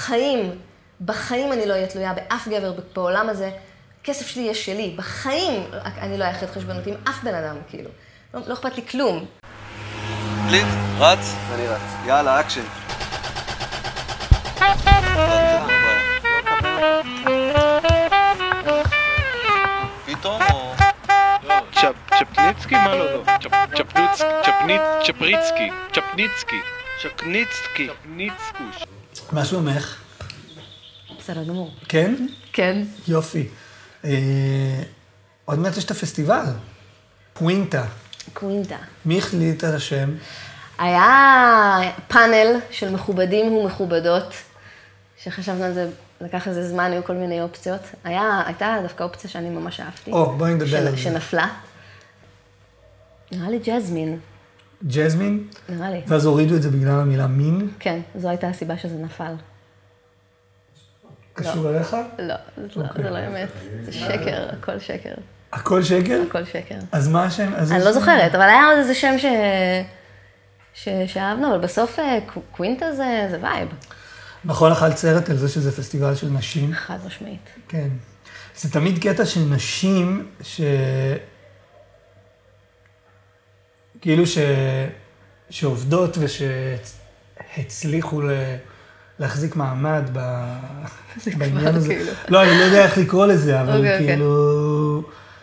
בחיים אני לא אהיה תלויה באף גבר בעולם הזה. כסף שלי יש שלי. בחיים אני לא אאחד חשבונות עם אף בן אדם, כאילו. לא אכפת לי כלום. קליט, רץ? אני רץ. יאללה, אקשן. פתאום או... צ'פניצקי? מה לא? צ'פניצקי. מה שלומך? בסדר גמור. כן? כן. יופי. עוד מעט יש את הפסטיבל. קווינטה. מי החליט על השם? היה פאנל של מכובדים ומכובדות, שחשבנו על זה, לקח איזה זמן, היו כל מיני אופציות. הייתה דווקא אופציה שאני ממש אהבתי. בואי נדבר על זה. שנפלה. נראה לי ג'זמין. ג'זמין? נראה לי. ואז הורידו את זה בגלל המילה מין? כן, זו הייתה הסיבה שזה נפל. קשור אליך? לא, זה לא אמת. זה שקר, הכל שקר. הכל שקר? הכל שקר. אז מה השם? אני לא זוכרת, אבל היה עוד איזה שם שאהבנו, אבל בסוף קווינטה זה וייב. נכון, אכלת סרט על זה שזה פסטיבל של נשים? חד משמעית. כן. זה תמיד קטע של נשים כאילו שעובדות ושהצליחו להחזיק מעמד בעניין הזה. לא, אני לא יודע איך לקרוא לזה, אבל כאילו...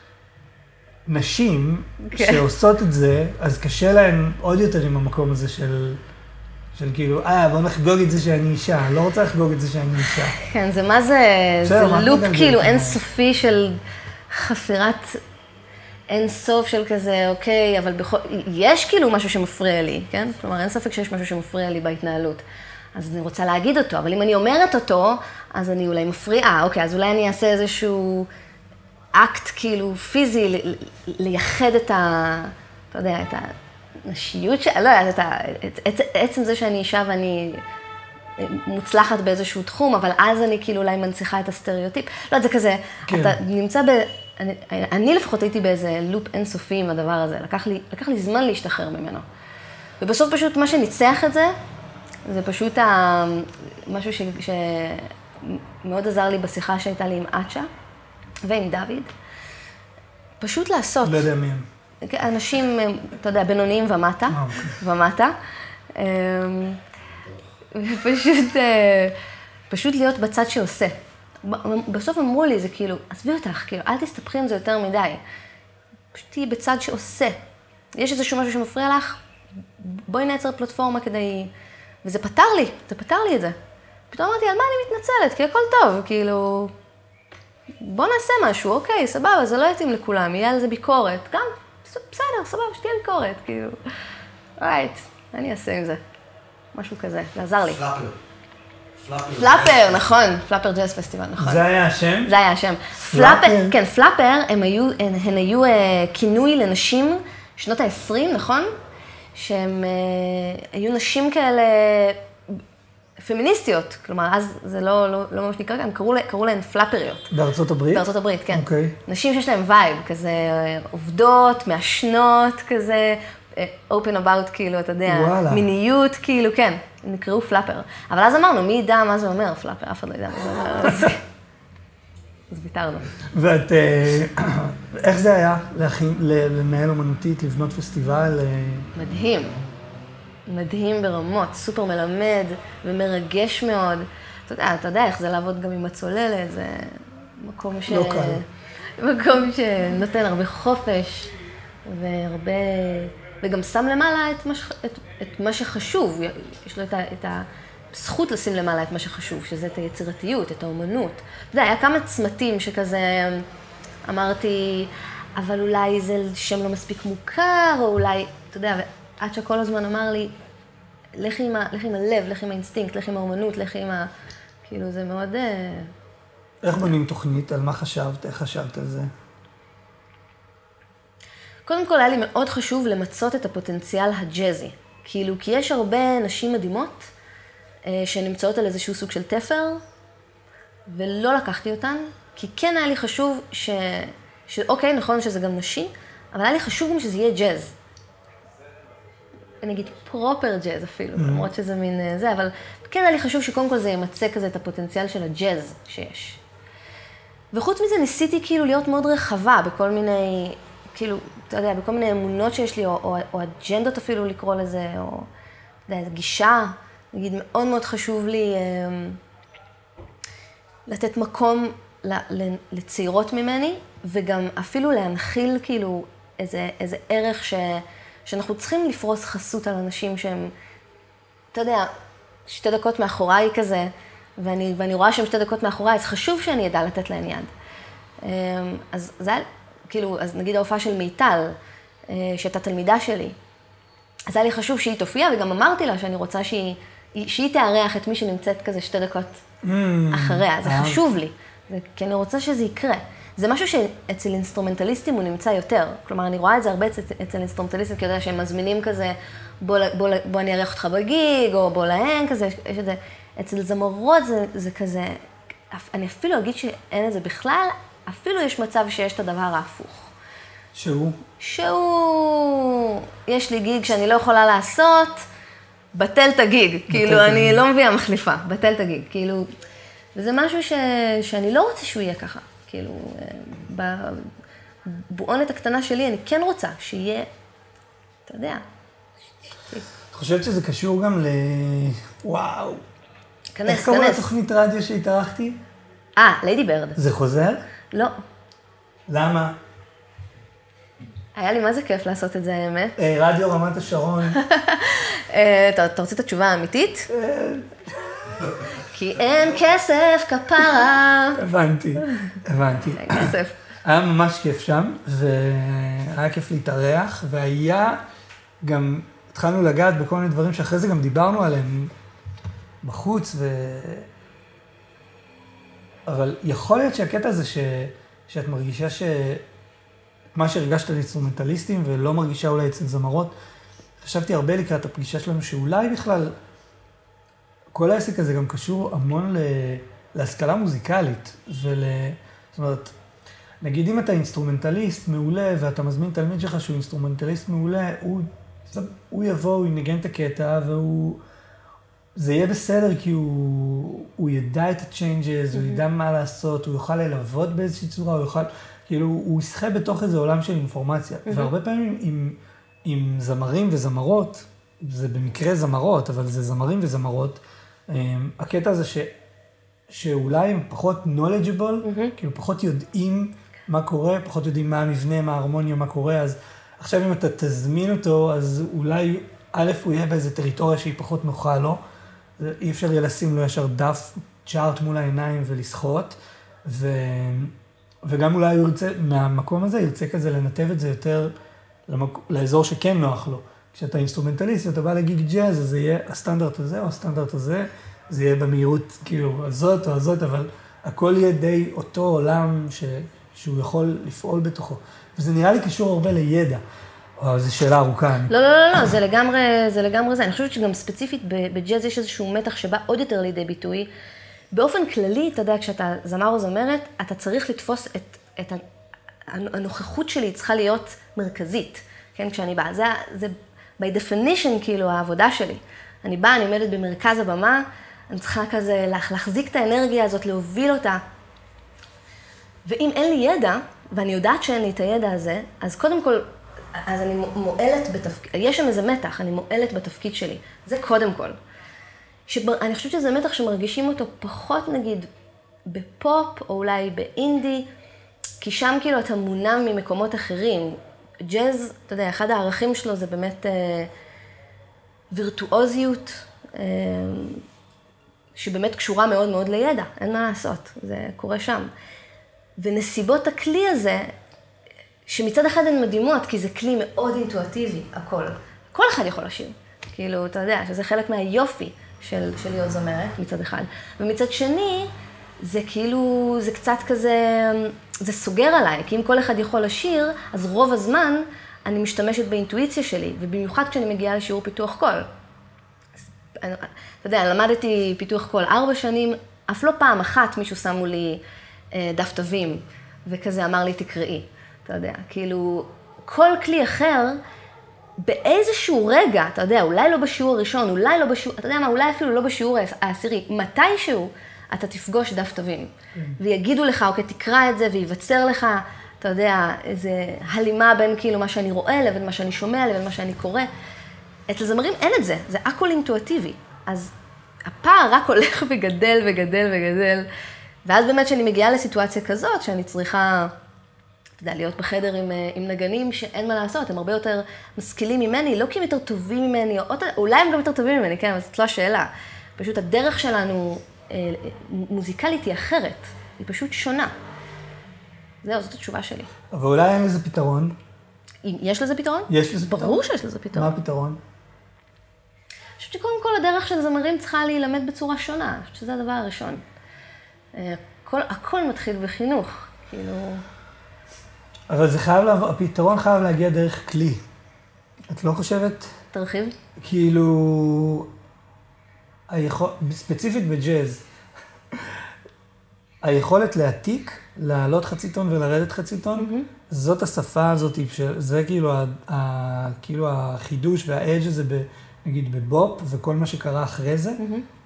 נשים שעושות את זה, אז קשה להן עוד יותר עם המקום הזה של כאילו, בוא נחגוג את זה שאני אישה, אני לא רוצה לחגוג את זה שאני אישה. כן, זה מה זה לופ כאילו אינסופי של חפירת אינסוף של כזה, אוקיי, אבל יש כאילו משהו שמפריע לי, כן? כלומר, אין ספק שיש משהו שמפריע לי בהתנהלות. אז אני רוצה להגיד אותו, אבל אם אני אומרת אותו, אז אני אולי מפריעה, אוקיי, אז אולי אני אעשה איזשהו אקט כאילו פיזי, לייחד את אתה יודע, את הנשיות לא יודעת, עצם זה שאני אישה ואני מוצלחת באיזשהו תחום, אבל אז אני כאילו אולי מנציחה את הסטריאוטיפ. לא, זה כזה, אתה נמצא אני לפחות הייתי באיזה לופ אינסופי עם הדבר הזה, לקח לי זמן להשתחרר ממנו. ובסוף פשוט מה שניצח את זה, זה פשוט משהו שמאוד עזר לי בשיחה שהייתה לי עם אצ'ה ועם דוד. פשוט לעשות. לא יודע מי הם. אנשים, אתה יודע, בינוניים ומטה. ופשוט להיות בצד שעושה. בסוף אמרו לי, זה כאילו, עזבי אותך, כאילו, אל תסתבכי עם זה יותר מדי. פשוט תהיי בצד שעושה. יש איזשהו משהו שמפריע לך, בואי נעצר פלטפורמה כדי... וזה פתר לי את זה. פתאום אמרתי, על מה אני מתנצלת? כי הכל טוב, כאילו... בוא נעשה משהו, אוקיי, סבבה, זה לא יתאים לכולם, יהיה על זה ביקורת. גם, בסדר, סבבה, שתהיה ביקורת, כאילו... אני אעשה עם זה. משהו כזה, לעזר לי. פלאפר, נכון, פלאפר ג'אז פסטיבל, נכון. זה היה השם? זה היה השם. פלאפר? כן, פלאפר, הן היו כינוי לנשים שנות ה-20, נכון? שהן היו נשים כאלה פמיניסטיות, כלומר, אז זה לא ממש נקרא, הם קראו להן פלאפריות. בארצות הברית? בארצות הברית, כן. אוקיי. נשים שיש להן וייב, כזה עובדות, מעשנות, כזה, open about, כאילו, אתה יודע, מיניות, כאילו, כן, נקראו פלאפר. אבל אז אמרנו, מי ידע מה זה אומר פלאפר? אף אחד לא ידע מה זה אומר. אז ביטרנו. ואת, איך זה היה לנהל אומנותית, לבנות פסטיבל? מדהים. מדהים ברמות, סופר מלמד ומרגש מאוד. אתה יודע איך זה לעבוד גם עם הצוללת, זה מקום לא קל. מקום שנותן הרבה חופש והרבה... וגם שם למעלה את מה שחשוב. יש לו את הזכות לשים למעלה את מה שחשוב, שזה את היצירתיות, את האומנות. אתה יודע, היה כמה צמתים שכזה אמרתי, אבל אולי זה שם לא מספיק מוכר, או אולי, אתה יודע, עד שכל הזמן אמר לי, לך עם הלב, לך עם האינסטינקט, לך עם האומנות, לך עם ה... כאילו, זה מאוד... איך בונים תוכנית? על מה חשבת? איך חשבת על זה? קודם כל, היה לי מאוד חשוב למצות את הפוטנציאל הג'אזי. כאילו, כי יש הרבה נשים מדהימות שנמצאות על איזשהו סוג של תפר, ולא לקחתי אותן, כי כן היה לי חשוב אוקיי, נכון שזה גם נשי, אבל היה לי חשוב גם שזה יהיה ג'אז. אני אגיד פרופר ג'אז אפילו, למרות שזה מין זה, אבל כן היה לי חשוב שקודם כל זה ימצא כזה את הפוטנציאל של הג'אז שיש. וחוץ מזה ניסיתי כאילו להיות מאוד רחבה בכל מיני, כאילו, אתה יודע, בכל מיני אמונות שיש לי, או אג'נדות אפילו לקרוא לזה, או, אתה יודע, גישה. נגיד, מאוד מאוד חשוב לי לתת מקום לצעירות ממני, וגם אפילו להנחיל כאילו איזה ערך שאנחנו צריכים לפרוס חסות על אנשים שהם, אתה יודע, 2 דקות מאחוריי כזה, ואני רואה שהם 2 דקות מאחוריי, אז חשוב שאני אדע לתת להם יד. אז זה היה, כאילו, אז נגיד ההופעה של מיטל, שהייתה תלמידה שלי, אז היה לי חשוב שהיא תופיע, וגם אמרתי לה שאני רוצה שהיא תארח את מי שנמצאת כזה 2 דקות אחריה. זה חשוב לי, כי אני רוצה שזה יקרה. זה משהו שאצל אינסטרומנטליסטים הוא נמצא יותר. כלומר, אני רואה את זה הרבה אצל אינסטרומנטליסטים, כי יודע שהם מזמינים כזה, בוא אני אארח אותך בגיג, או בוא להן, כזה, יש את זה. אצל זמרות זה כזה, אני אפילו אגיד שאין את זה בכלל, אפילו יש מצב שיש את הדבר ההפוך. יש לי גיג שאני לא יכולה לעשות, בטל את הגיג. כאילו, אני לא מביאה מחליפה, בטל את הגיג. כאילו, וזה משהו שאני לא רוצה שהוא יהיה ככה. כאילו, בבועונת הקטנה שלי, אני כן רוצה שיהיה, אתה יודע. את חושבת שזה קשור גם וואו. כנס. איך קוראים לתוכנית רדיו שהתארחתי? ליידי ברד. זה חוזר? לא. למה? היה לי מה זה כיף לעשות את זה, האמת. רדיו רמת השרון. אתה רוצה את התשובה האמיתית? כי אין כסף, כפרה. הבנתי. אין כסף. היה ממש כיף שם, והיה כיף להתארח, והיה גם, התחלנו לגעת בכל מיני דברים שאחרי זה גם דיברנו עליהם בחוץ, אבל יכול להיות שהקטע הזה שאת מרגישה מה שהרגשת על אינסטרומנטליסטים ולא מרגישה אולי אצל זמרות, חשבתי הרבה לקראת הפגישה שלנו שאולי בכלל כל העסק הזה גם קשור המון להשכלה מוזיקלית. זאת אומרת, נגיד אם אתה אינסטרומנטליסט מעולה ואתה מזמין תלמיד שלך שהוא אינסטרומנטליסט מעולה, הוא יבוא, הוא ינגן את הקטע זה יהיה בסדר כי הוא ידע את ה-changes, הוא ידע מה לעשות, הוא יוכל ללוות באיזושהי צורה, כאילו, הוא ישחה בתוך איזה עולם של אינפורמציה. והרבה פעמים עם זמרים וזמרות, זה במקרה זמרות, אבל זה זמרים וזמרות, הקטע הזה שאולי הם פחות knowledgeable, כאילו פחות יודעים מה קורה, פחות יודעים מה המבנה, מה ההרמוניה, מה קורה, אז עכשיו אם אתה תזמין אותו, אז אולי א' הוא יהיה באיזה טריטוריה שהיא פחות נוחה לו, אי אפשר יהיה לשים לו ישר דף צ'ארט מול העיניים ולסחוט, וגם אולי הוא ירצה, מהמקום הזה ירצה כזה לנתב את זה יותר לאזור שכן נוח לו. כשאתה אינסטרומנטליסט ואתה בא לגיג ג'אז, אז זה יהיה הסטנדרט הזה או הסטנדרט הזה, זה יהיה במהירות כאילו הזאת או הזאת, אבל הכל יהיה די אותו עולם שהוא יכול לפעול בתוכו. וזה נראה לי קשור הרבה לידע. זו שאלה ארוכה. לא, זה לגמרי זה. אני חושבת שגם ספציפית בג'אז יש איזשהו מתח שבא עוד יותר לידי ביטוי. באופן כללי, אתה יודע, כשאתה זמר או זמרת, אתה צריך לתפוס את הנוכחות שלי צריכה להיות מרכזית. כן, כשאני באה, זה by definition כאילו העבודה שלי. אני באה, אני עומדת במרכז הבמה, אני צריכה כזה להחזיק את האנרגיה הזאת, להוביל אותה. ואם אין לי ידע, ואני יודעת שאין לי את הידע הזה, אז קודם כל, אז אני מועלת בתפקיד, יש שם איזה מתח, אני מועלת בתפקיד שלי. זה קודם כל. אני חושבת שזה מתח שמרגישים אותו פחות נגיד בפופ או אולי באינדי, כי שם כאילו אתה מונם ממקומות אחרים. ג'אז, אתה יודע, אחד הערכים שלו זה באמת וירטואוזיות, שבאמת קשורה מאוד מאוד לידע, אין מה לעשות, זה קורה שם. ונסיבות הכלי הזה, שמצד אחד הן מדהימות, כי זה כלי מאוד אינטואטיבי, הכל. כל אחד יכול לשיר. כאילו, אתה יודע, שזה חלק מהיופי של להיות זמרת, מצד אחד. ומצד שני, זה כאילו, זה קצת כזה, זה סוגר עליי, כי אם כל אחד יכול לשיר, אז רוב הזמן אני משתמשת באינטואיציה שלי, ובמיוחד כשאני מגיעה לשיעור פיתוח קול. אתה יודע, למדתי פיתוח קול 4 שנים, אף לא פעם אחת מישהו שמו לי דף תווים, וכזה אמר לי תקראי, אתה יודע, כאילו, כל כלי אחר, באיזשהו רגע, אתה יודע, אולי לא בשיעור הראשון, אולי לא בשיעור, אתה יודע מה, אולי אפילו לא בשיעור העשירי, מתישהו אתה תפגוש דף תווים, ויגידו לך, אוקיי, תקרא את זה, ויווצר לך, אתה יודע, איזו הלימה בין כאילו מה שאני רואה, לבין מה שאני שומע, לבין מה שאני קורא. אצל זמרים אין את זה, זה הכל אינטואיטיבי. אז הפער רק הולך וגדל וגדל וגדל, ואז באמת שאני מגיעה לסיטואציה כזאת, שאני צריכה, אתה יודע, להיות בחדר עם נגנים שאין מה לעשות, הם הרבה יותר משכילים ממני, לא כי הם יותר טובים ממני, או אולי הם גם יותר טובים ממני, כן, אבל זאת לא השאלה. פשוט הדרך שלנו מוזיקלית היא אחרת, היא פשוט שונה. זהו, זאת התשובה שלי. אבל אולי אין לזה פתרון. יש לזה פתרון? יש לזה פתרון. ברור שיש לזה פתרון. מה הפתרון? אני חושבת שקודם כל הדרך של זמרים צריכה להילמד בצורה שונה. אני חושבת שזה הדבר הראשון. הכל מתחיל בחינוך, כאילו... אבל זה חייב לעבור, הפתרון חייב להגיע דרך כלי. את לא חושבת? תרחיב. כאילו... ספציפית בג'אז, היכולת להעתיק, לעלות חצי טון ולרדת חצי טון, זאת השפה הזאת, זה כאילו החידוש והאדג' הזה, נגיד בבופ וכל מה שקרה אחרי זה,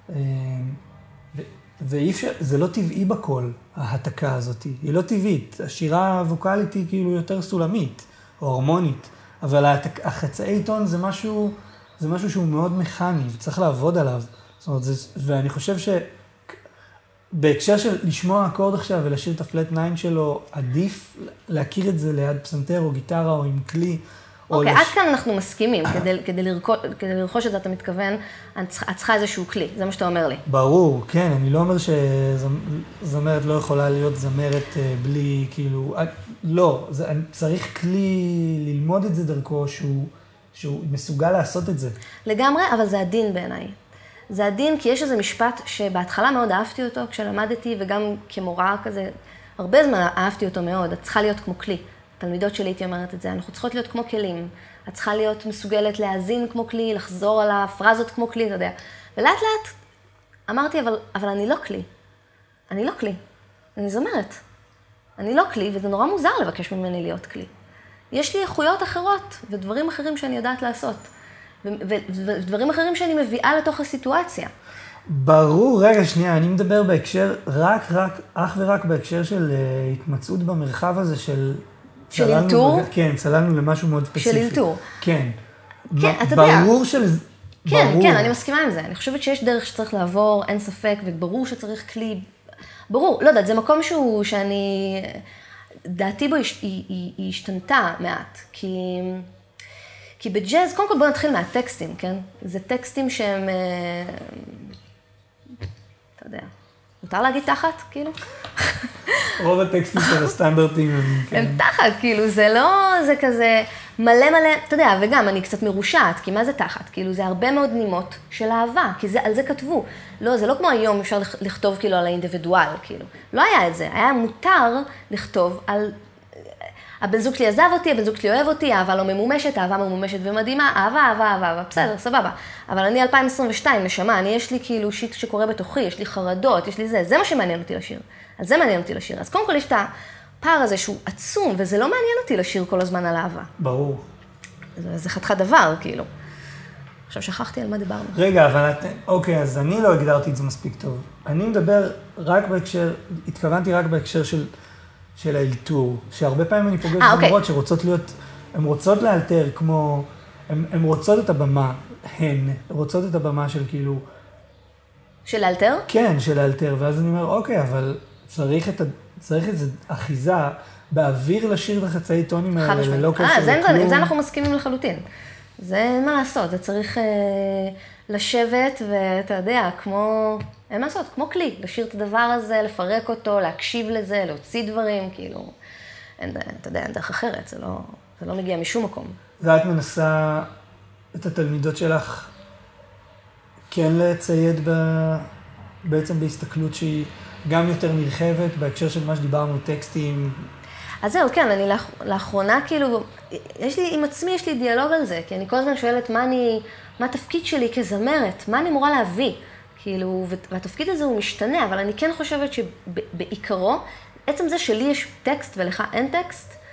ואי אפשר, זה לא טבעי בקול, ההתקה הזאת, היא לא טבעית. השירה הווקלית היא כאילו יותר סולמית או הרמונית, אבל החצאי טון זה משהו שהוא מאוד מכני וצריך לעבוד עליו. זאת אומרת, ואני חושב שבהקשר של לשמוע אקורד עכשיו ולשיר את הפלט 9 שלו, עדיף להכיר את זה ליד פסנתר או גיטרה או עם כלי. אוקיי, עד כאן אנחנו מסכימים. כדי לרכוש את זה, אתה מתכוון, את צריכה איזשהו כלי, זה מה שאתה אומר לי. ברור, כן, אני לא אומר שזמרת לא יכולה להיות זמרת בלי, כאילו, לא, צריך כלי ללמוד את זה דרכו שהוא מסוגל לעשות את זה. לגמרי, אבל זה הדין בעיניי. זה הדין כי יש איזה משפט שבהתחלה מאוד אהבתי אותו כשלמדתי, וגם כמורה כזה, הרבה זמן אהבתי אותו מאוד, את צריכה להיות כמו כלי. תלמידות שלי הייתי אומרת את זה, אנחנו צריכות להיות כמו כלים. את צריכה להיות מסוגלת להאזין כמו כלי, לחזור על הפרזות כמו כלי, אתה יודע. ולאט לאט אמרתי, אבל אני לא כלי. אני לא כלי. אני זמרת. אני לא כלי, וזה נורא מוזר לבקש ממני להיות כלי. יש לי איכויות אחרות ודברים אחרים שאני יודעת לעשות. ודברים אחרים שאני מביאה לתוך הסיטואציה. ברור, רגע, שנייה, אני מדבר בהקשר, אך ורק בהקשר של התמצאות במרחב הזה של... של אלתור? כן, צללנו למשהו מאוד ספציפי. של אלתור. כן. כן, אתה יודע. ברור של... כן, כן, אני מסכימה עם זה. אני חושבת שיש דרך שצריך לעבור, אין ספק, וברור שצריך כלי... ברור, לא יודעת, זה מקום שאני... דעתי בו היא השתנתה מעט, כי בג'אז, קודם כל בוא נתחיל מהטקסטים, כן? זה טקסטים שהם, אתה יודע, מותר להגיד תחת, כאילו? רוב הטקסטים של הסטנדרטים הם תחת, כאילו, זה לא, זה כזה מלא, אתה יודע, וגם אני קצת מרושעת, כי מה זה תחת? כאילו, זה הרבה מאוד נימות של אהבה, כי על זה כתבו. לא, זה לא כמו היום אפשר לכתוב כאילו על האינדיבידואל, כאילו. לא היה את זה, היה מותר לכתוב על... הבן זוג שלי עזב אותי, הבן זוג שלי אוהב אותי, אהבה לא ממומשת, אהבה ממומשת ומדהימה, אהבה, בסדר, סבבה. אבל אני 2022, נשמה, יש לי כאילו שיט שקורה בתוכי, יש לי חרדות, יש לי זה מה שמעניין אותי לשיר. אז זה מעניין אותי לשיר. אז קודם כל יש את הפער הזה שהוא עצום, וזה לא מעניין אותי לשיר כל הזמן על אהבה. ברור. זה חתיכת דבר, כאילו. עכשיו שכחתי על מה דיברנו. רגע, אבל אוקיי, אז אני לא הגדרתי את זה מספיק טוב. אני מדבר רק בהקשר, התכוונתי רק בהקשר של האלתור, שהרבה פעמים אני פוגש זמרות שרוצות להיות, הן רוצות לאלתר כמו, הן רוצות את הבמה, הן רוצות את הבמה של כאילו... של לאלתר? כן, של לאלתר, ואז אני אומר, אוקיי, אבל צריך איזו אחיזה באוויר לשיר את החצאי טונים האלה, ללא קשר לכלום. זה אנחנו מסכימים לחלוטין. זה אין מה לעשות, זה צריך לשבת ואתה יודע, כמו... אין מה לעשות, כמו כלי, לשיר את הדבר הזה, לפרק אותו, להקשיב לזה, להוציא דברים, כאילו, אתה יודע, אין דרך אחרת, זה לא מגיע משום מקום. ואת מנסה את התלמידות שלך כן לצייד בעצם בהסתכלות שהיא גם יותר נרחבת, בהקשר של מה שדיברנו, טקסטים. אז זהו, כן, אני לאחרונה כאילו, עם עצמי יש לי דיאלוג על זה, כי אני כל הזמן שואלת מה התפקיד שלי כזמרת, מה אני אמורה להביא. כאילו, והתפקיד הזה הוא משתנה, אבל אני כן חושבת שבעיקרו, עצם זה שלי יש טקסט ולך אין טקסט,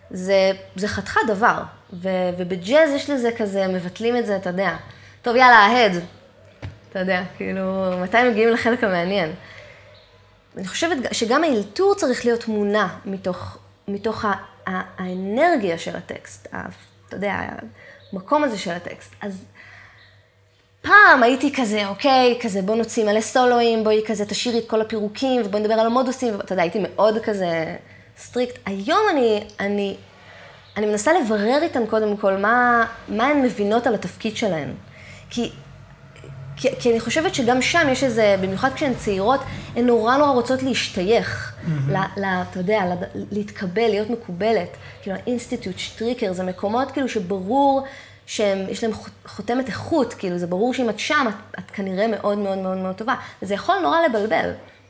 זה חתיכת דבר, ובג'אז יש לזה כזה, מבטלים את זה, אתה יודע. טוב, יאללה, ההד. אתה יודע, כאילו, מתי מגיעים לחלק המעניין? אני חושבת שגם האלתור צריך להיות מונע מתוך האנרגיה של הטקסט, אתה יודע, המקום הזה של הטקסט. אז פעם הייתי כזה, אוקיי, כזה בוא נוציא מלא סולואים, בואי כזה תשאירי את כל הפירוקים, ובואי נדבר על המודוסים, ואתה יודע, הייתי מאוד כזה סטריקט. היום אני מנסה לברר איתן קודם כל מה הן מבינות על התפקיד שלהן. כי אני חושבת שגם שם יש איזה, במיוחד כשהן צעירות, הן נורא רוצות להשתייך, אתה יודע, להתקבל, להיות מקובלת. כאילו, האינסטיטוט, שטריקר, זה מקומות כאילו שברור שיש להם חותמת איכות, כאילו, זה ברור שאם את שם, את כנראה מאוד מאוד מאוד מאוד טובה. וזה יכול נורא לבלבל.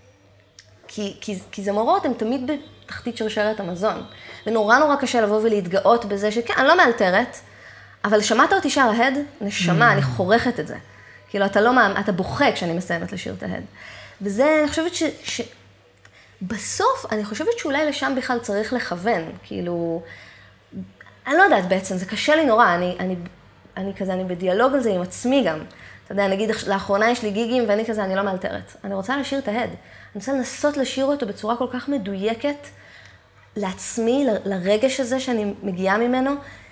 כי זמרות הן תמיד בתחתית שרשרת המזון. ונורא קשה לבוא ולהתגאות בזה שכן, אני לא מאלתרת, אבל שמעת אותי שר ההד? נשמה, אני חורכת את זה. כאילו, אתה בוכה כשאני מסיימת לשיר את ההד. וזה, אני חושבת בסוף, אני חושבת שאולי לשם בכלל צריך לכוון. כאילו, אני לא יודעת בעצם, זה קשה לי נורא. אני בדיאלוג על זה עם עצמי גם. אתה יודע, נגיד, לאחרונה יש לי גיגים, ואני כזה, אני לא מאלתרת. אני רוצה לשיר את ההד. אני רוצה לנסות לשיר אותו בצורה כל כך מדויקת, לעצמי, לרגש הזה שאני מגיעה ממנו,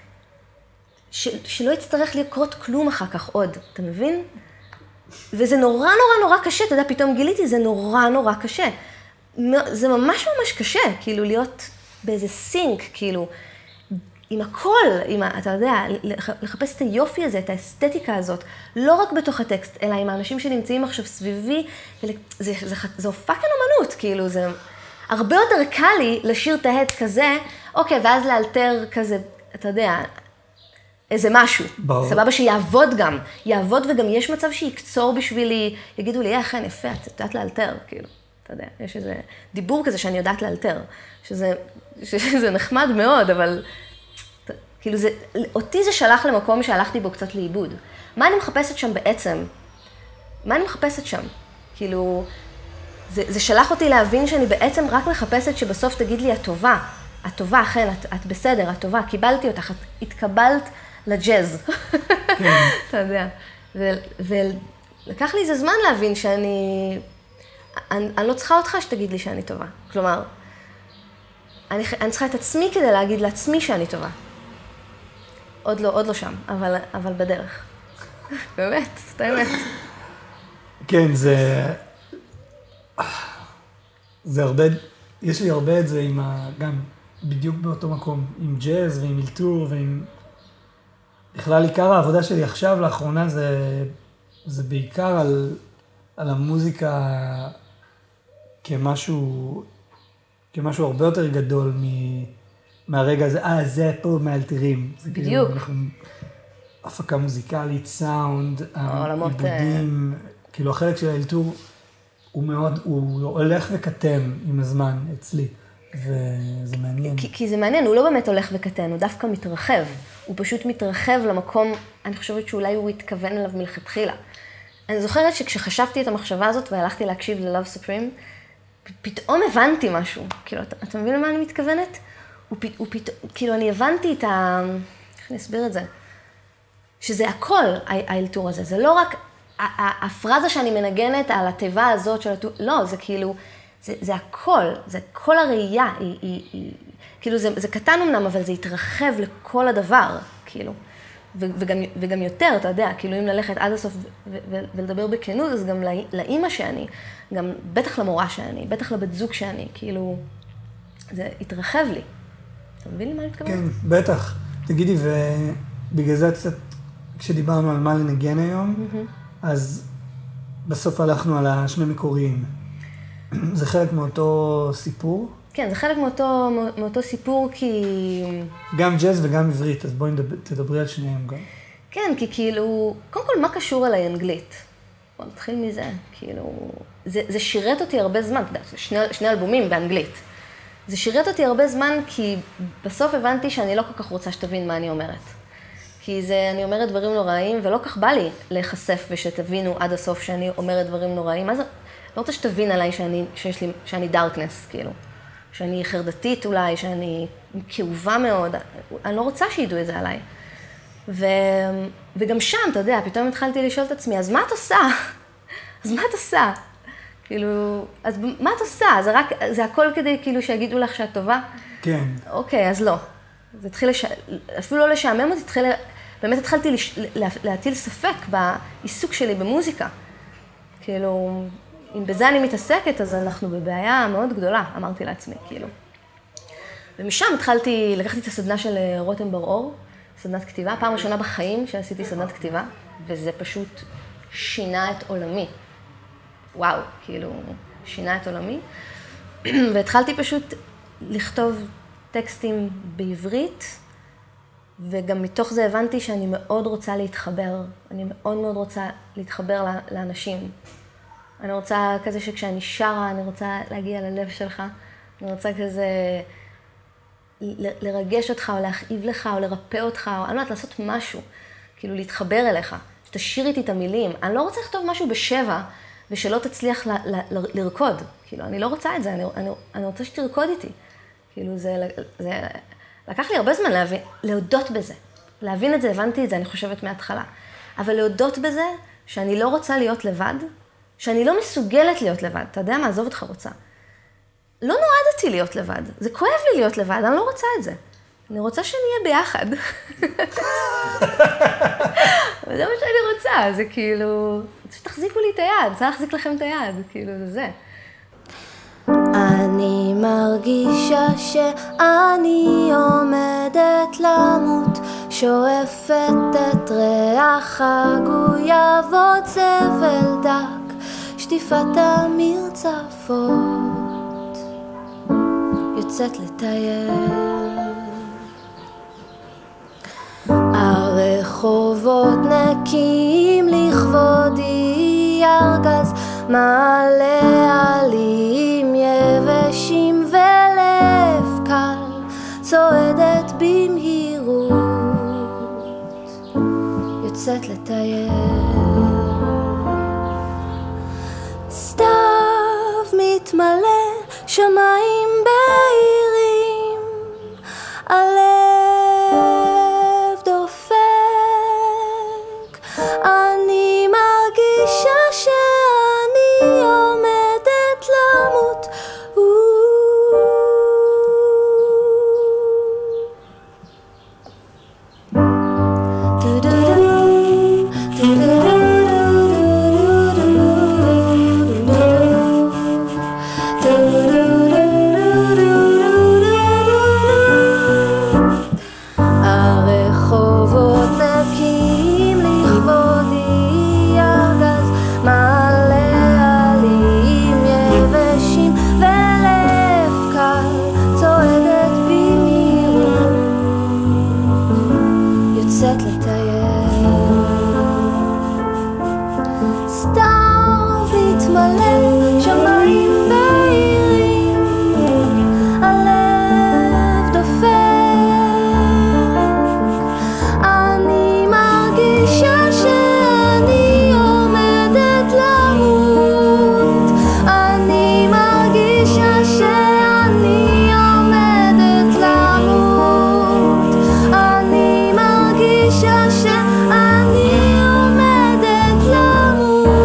שלא יצטרך לקרות כלום אחר כך עוד, אתה מבין? וזה נורא קשה, אתה יודע, פתאום גיליתי, זה נורא קשה. זה ממש קשה, כאילו, להיות באיזה סינק, כאילו, עם הכל, אתה יודע, לחפש את היופי הזה, את האסתטיקה הזאת, לא רק בתוך הטקסט, אלא עם האנשים שנמצאים עכשיו סביבי, זה פאקינג אומנות, כאילו, זה הרבה יותר קל לי לשיר את ההד כזה, אוקיי, ואז לאלתר כזה, אתה יודע, איזה משהו, סבבה שיעבוד גם, יעבוד וגם יש מצב שיקצור בשבילי, יגידו לי, אכן, יפה, את יודעת לאלתר, כאילו, אתה יודע, יש איזה דיבור כזה שאני יודעת לאלתר, שזה נחמד מאוד, אבל כאילו אותי זה שלח למקום שהלכתי בו קצת לאיבוד. מה אני מחפשת שם בעצם? מה אני מחפשת שם? כאילו, זה שלח אותי להבין שאני בעצם רק מחפשת שבסוף תגיד לי, הטובה, אכן, את בסדר, הטובה, קיבלתי אותך, את התקבלת לג'אז. אתה יודע. ולקח לי איזה זמן להבין שאני לא צריכה אותך שתגיד לי שאני טובה. כלומר, אני צריכה את עצמי כדי להגיד לעצמי שאני טובה. עוד לא שם, אבל בדרך. באמת, זאת האמת. כן, זה הרבה, יש לי הרבה את זה גם בדיוק באותו מקום, עם ג'אז ועם אלתור ועם... בכלל עיקר העבודה שלי עכשיו, לאחרונה, זה בעיקר על המוזיקה כמשהו הרבה יותר גדול מהרגע הזה, זה פה מאלתרים. בדיוק. הפקה מוזיקלית, סאונד, עיבודים, כאילו החלק של האלתור הוא הולך וקטן עם הזמן אצלי, וזה מעניין. כי זה מעניין, הוא לא באמת הולך וקטן, הוא דווקא מתרחב. הוא פשוט מתרחב למקום, אני חושבת שאולי הוא התכוון אליו מלכתחילה. אני זוכרת שכשחשבתי את המחשבה הזאת והלכתי להקשיב ל-Love Supreme, פתאום הבנתי משהו. כאילו, אתה מבין למה אני מתכוונת? כאילו, אני הבנתי את איך אני אסביר את זה? שזה הכל, האלתור הזה. זה לא רק הפרזה שאני מנגנת על התיבה הזאת של האלתור, לא, זה כאילו, זה הכל, זה כל הראייה, כאילו, זה קטן אמנם, אבל זה התרחב לכל הדבר, כאילו. וגם יותר, אתה יודע, כאילו, אם ללכת עד הסוף ולדבר בכנות, אז גם לאמא שאני, גם בטח למורה שאני, בטח לבת זוג שאני, כאילו, זה התרחב לי. אתה מבין לי מה אני מתכוונת? כן, בטח. תגידי, ובגלל זה קצת, כשדיברנו על מה לנגן היום, אז בסוף הלכנו על השני מקוריים. זה חלק מאותו סיפור? כן, זה חלק מאותו סיפור, כי... גם ג'אז וגם עברית, אז בואי תדברי על שניהם גם. כן, כי כאילו, קודם כל, מה קשור אליי אנגלית? בוא נתחיל מזה, כאילו... זה שירת אותי הרבה זמן, אתה יודע, שני אלבומים באנגלית. זה שירת אותי הרבה זמן, כי בסוף הבנתי שאני לא כל כך רוצה שתבין מה אני אומרת. כי אני אומרת דברים נוראים, ולא כך בא לי להיחשף ושתבינו עד הסוף שאני אומרת דברים נוראים. אז לא רוצה שתבין עליי שאני דארקנס, כאילו. שאני חרדתית אולי, שאני כאובה מאוד, אני לא רוצה שידעו את זה עליי. וגם שם, אתה יודע, פתאום התחלתי לשאול את עצמי, אז מה את עושה? אז מה את עושה? כאילו, אז מה את עושה? זה הכל כדי כאילו שיגידו לך שאת טובה? כן. אוקיי, אז לא. זה התחיל, אפילו לא לשעמם אותי, באמת התחלתי להטיל ספק בעיסוק שלי במוזיקה. כאילו, אם בזה אני מתעסקת, אז אנחנו בבעיה מאוד גדולה, אמרתי לעצמי, כאילו. ומשם לקחתי את הסדנה של רותם בר-אור, סדנת כתיבה, פעם ראשונה בחיים שעשיתי סדנת כתיבה, וזה פשוט שינה את עולמי. וואו, כאילו, שינה את עולמי. והתחלתי פשוט לכתוב טקסטים בעברית, וגם מתוך זה הבנתי שאני מאוד רוצה להתחבר. אני מאוד מאוד רוצה להתחבר לאנשים. אני רוצה כזה שכשאני שרה, אני רוצה להגיע ללב שלך. אני רוצה כזה לרגש אותך, או להכאיב לך, או לרפא אותך, או אני לא יודעת, לעשות משהו. כאילו, להתחבר אליך. שתשאיר איתי את המילים. אני לא רוצה לכתוב משהו בשבע, ושלא תצליח לרקוד. כאילו, אני לא רוצה את זה, אני רוצה שתרקוד איתי. כאילו, זה לקח לי הרבה זמן להודות בזה. להבין את זה, הבנתי את זה, אני חושבת מההתחלה. אבל להודות בזה שאני לא רוצה להיות לבד, שאני לא מסוגלת להיות לבד. אתה יודע מה, עזוב אותך רוצה. לא נועדתי להיות לבד. זה כואב לי להיות לבד, אני לא רוצה את זה. אני רוצה שנהיה ביחד. וזה מה שאני רוצה, זה כאילו, שתחזיקו לי את היד, אני רוצה להחזיק לכם את היד, כאילו, זה. אני מרגישה שאני עומדת למות, שואפת את ריח הגויבות זבל דק, שטיפת המרצפות, יוצאת לטייל. הרחובות נקיים לכבודי, ארגז מעלה עלים יבשים ולב קל צועדת במהירות, יוצאת לטייל. סתיו מתמלא, שמיים בהירים, הלב דופק, אני מרגישה שאני עומדת למות. הרחובות נקיים לכבודי, ארגז מעלה עלים יבשים ולב קל צועדת במהירות, יוצאת לטייל. סתיו מתמלא, שמיים בהירים, הלב דופק, אני מרגישה שאני עומדת למות, אני מרגישה שאני עומדת למות, אני מרגישה שאני עומדת למות.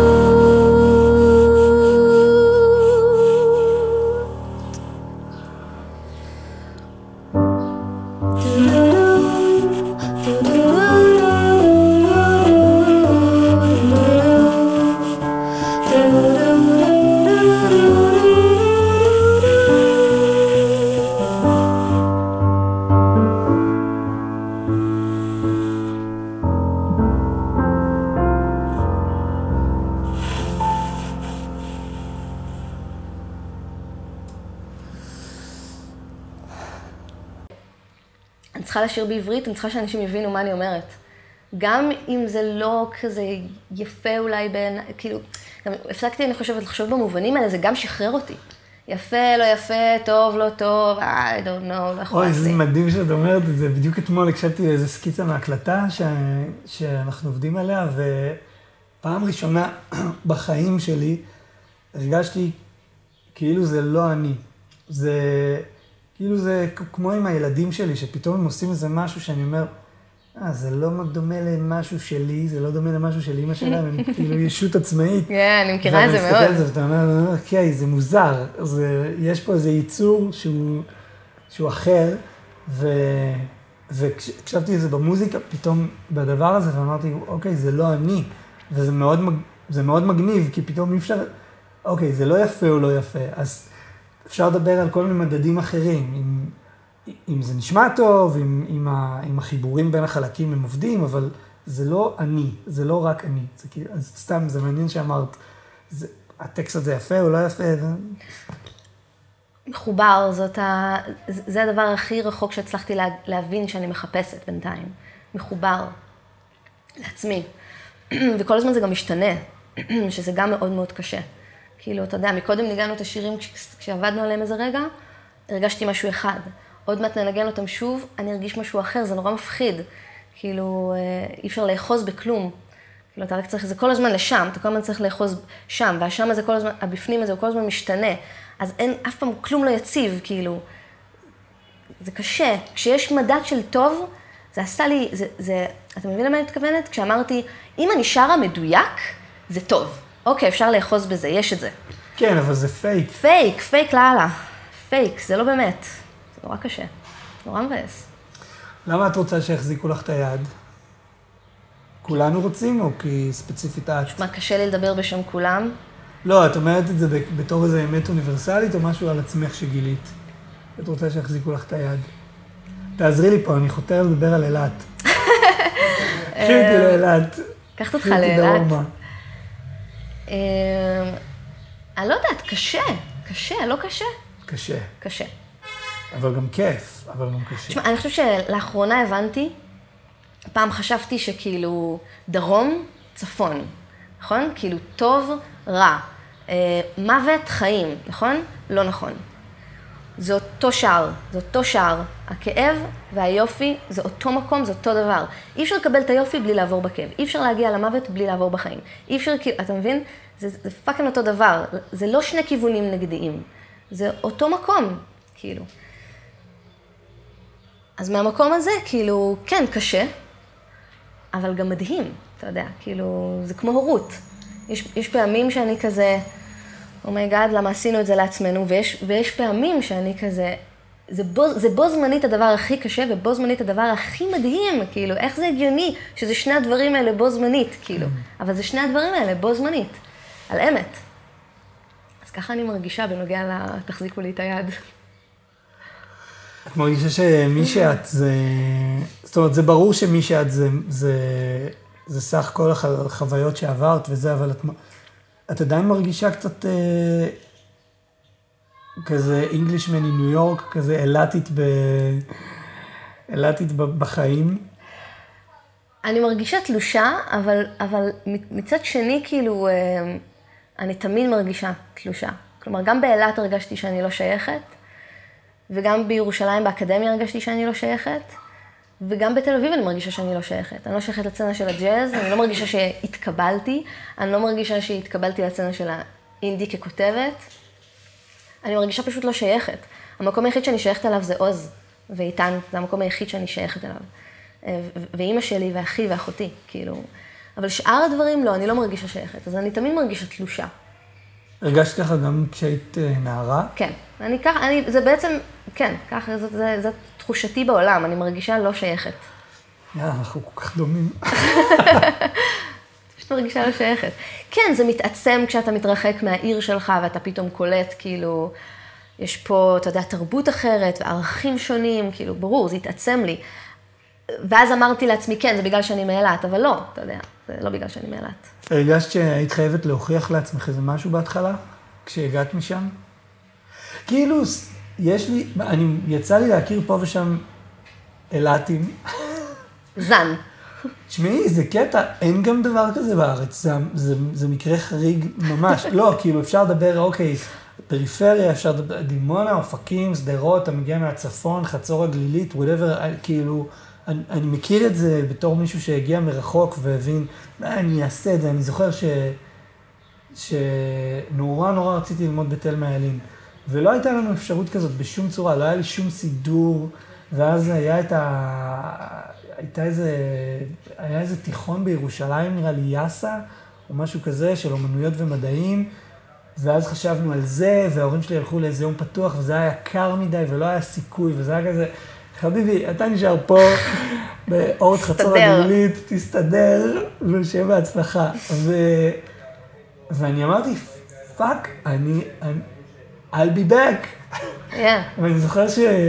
אני צריכה לשיר בעברית, אני צריכה שאנשים יבינו מה אני אומרת. גם אם זה לא כזה יפה אולי בין, כאילו, גם הפסקתי, אני חושבת, לחשוב במובנים האלה, זה גם שחרר אותי. יפה, לא יפה, טוב, לא טוב, I don't know, לא יכול אוי, לעשות. זה מדהים שאת אומרת את זה. בדיוק אתמול הקשבתי לאיזו סקיצה מהקלטה שאנחנו עובדים עליה, ופעם ראשונה בחיים שלי הרגשתי כאילו זה לא אני. זה, כאילו זה כמו עם הילדים שלי, שפתאום הם עושים איזה משהו שאני אומר, זה לא דומה למשהו שלי, זה לא דומה למשהו של אמא שלהם, הם כאילו ישות עצמאית. כן, אני מכירה את זה מאוד. ואני מסתכל על זה ואתה אומר, אוקיי, זה מוזר, יש פה איזה ייצור שהוא אחר, וכשחשבתי את זה במוזיקה, פתאום בדבר הזה, ואמרתי, אוקיי, זה לא אני, וזה מאוד מגניב, כי פתאום אי אפשר, אוקיי, זה לא יפה או לא יפה, אז אפשר לדבר על כל מיני מדדים אחרים, אם זה נשמע טוב, אם החיבורים בין החלקים הם עובדים, אבל זה לא אני, זה לא רק אני. אז סתם, זה מעניין שאמרת, הטקסט הזה יפה או לא יפה? מחובר, זה הדבר הכי רחוק שהצלחתי להבין שאני מחפשת בינתיים. מחובר לעצמי. וכל הזמן זה גם משתנה, שזה גם מאוד מאוד קשה. כאילו, אתה יודע, מקודם ניגענו את השירים כשעבדנו עליהם איזה רגע, הרגשתי משהו אחד. עוד מעט ננגן אותם שוב, אני ארגיש משהו אחר, זה נורא מפחיד. כאילו, אי אפשר לאחוז בכלום. כאילו, אתה רק צריך, זה כל הזמן לשם, אתה כל הזמן צריך לאחוז שם, והשם הזה כל הזמן, הבפנים הזה הוא כל הזמן משתנה. אז אין, אף פעם כלום לא יציב, כאילו. זה קשה. כשיש מדד של טוב, זה עשה לי, אתה מבין למה אני מתכוונת? כשאמרתי, אם אני שרה מדויק, זה טוב. אוקיי, אפשר לאחוז בזה, יש את זה. כן, אבל זה פייק. פייק לאללה. פייק, זה לא באמת. זה נורא קשה. נורא מבאס. למה את רוצה שיחזיקו לך את היד? כולנו רוצים, או כי ספציפית את? מה, קשה לי לדבר בשם כולם? לא, את אומרת את זה בתור איזו אמת אוניברסלית, או משהו על עצמך שגילית? את רוצה שיחזיקו לך את היד? תעזרי לי פה, אני חותר לדבר על אילת. קחי אותי לאילת. קחת אותך לאילת. אני לא יודעת, קשה, לא קשה? קשה. קשה. אבל גם כיף, אבל גם קשה. תשמע, אני חושבת שלאחרונה הבנתי, פעם חשבתי שכאילו דרום, צפון, נכון? כאילו טוב, רע. מוות, חיים, נכון? לא נכון. זה אותו שער. הכאב והיופי זה אותו מקום, זה אותו דבר. אי אפשר לקבל את היופי בלי לעבור בכאב. אי אפשר להגיע למוות בלי לעבור בחיים. אי אפשר, אתה מבין? זה פאקינג אותו דבר. זה לא שני כיוונים נגדיים. זה אותו מקום, כאילו. אז מהמקום הזה, כאילו, כן, קשה, אבל גם מדהים, אתה יודע, כאילו, זה כמו הורות. יש פעמים שאני כזה, אומייגאד, למה עשינו את זה לעצמנו, ויש פעמים שאני כזה, זה בו זמנית הדבר הכי קשה, ובו זמנית הדבר הכי מדהים, כאילו, איך זה הגיוני שזה שני הדברים האלה בו זמנית, כאילו, אבל זה שני הדברים האלה בו זמנית, על אמת. אז ככה אני מרגישה בנוגע תחזיקו לי את היד. את מרגישה שמי שאת זה, זאת אומרת, זה ברור שמי שאת זה סך כל החוויות שעברת וזה, אבל את עדיין מרגישה קצת כזה Englishman in New York, כזה אילתית בחיים. אני מרגישה תלושה, אבל מצד שני, כאילו, אני תמיד מרגישה תלושה. כלומר, גם באילת הרגשתי שאני לא שייכת, וגם בירושלים באקדמיה הרגשתי שאני לא שייכת, וגם בתל אביב אני מרגישה שאני לא שייכת. אני לא שייכת לצנה של הג'אז, אני לא מרגישה שהתקבלתי, אני לא מרגישה שהתקבלתי לצנה של האינדי ככותבת. אני מרגישה פשוט לא שייכת. המקום היחיד שאני שייכת אליו זה עוז ואיתן, זה המקום היחיד שאני שייכת אליו. ואימא שלי ואחי ואחותי, כאילו. אבל שאר הדברים לא, אני לא מרגישה שייכת, אז אני תמיד מרגישה תלושה. הרגשת ככה גם כשהיית נערה? כן, זה בעצם, כן, ככה, זאת תחושתי בעולם, אני מרגישה לא שייכת. אנחנו כל כך דומים. פשוט מרגישה לא שייכת. כן, זה מתעצם כשאתה מתרחק מהעיר שלך, ואתה פתאום קולט, כאילו, יש פה, אתה יודע, תרבות אחרת, וערכים שונים, כאילו, ברור, זה התעצם לי. ואז אמרתי לעצמי, כן, זה בגלל שאני מאילת, אבל לא, אתה יודע, זה לא בגלל שאני מאילת. הרגשת שהיית חייבת להוכיח לעצמך איזה משהו בהתחלה, כשהגעת משם? כאילו, יצא לי להכיר פה ושם אילתים. זן. תשמעי, זה קטע, אין גם דבר כזה בארץ, זה מקרה חריג ממש. לא, כאילו, אפשר לדבר, אוקיי, פריפריה, אפשר לדבר, דימונה, אופקים, שדרות, אתה מגיע מהצפון, חצור הגלילית, whatever, כאילו, אני מכיר את זה בתור מישהו שהגיע מרחוק והבין, אני אעשה את זה, אני זוכר שנורא רציתי ללמוד בתל מעלין. ולא הייתה לנו אפשרות כזאת בשום צורה, לא היה לי שום סידור, ואז היה היה איזה תיכון בירושלים, נראה לי יאסה, או משהו כזה, של אומנויות ומדעים, ואז חשבנו על זה, וההורים שלי הלכו לאיזה יום פתוח, וזה היה קר מדי, ולא היה סיכוי, וזה היה כזה, חביבי, אתה נשאר פה באורט חצור הגלילית, תסתדר, ושיהיה בהצלחה. ואני אמרתי, פאק, I'll be back. ואני זוכר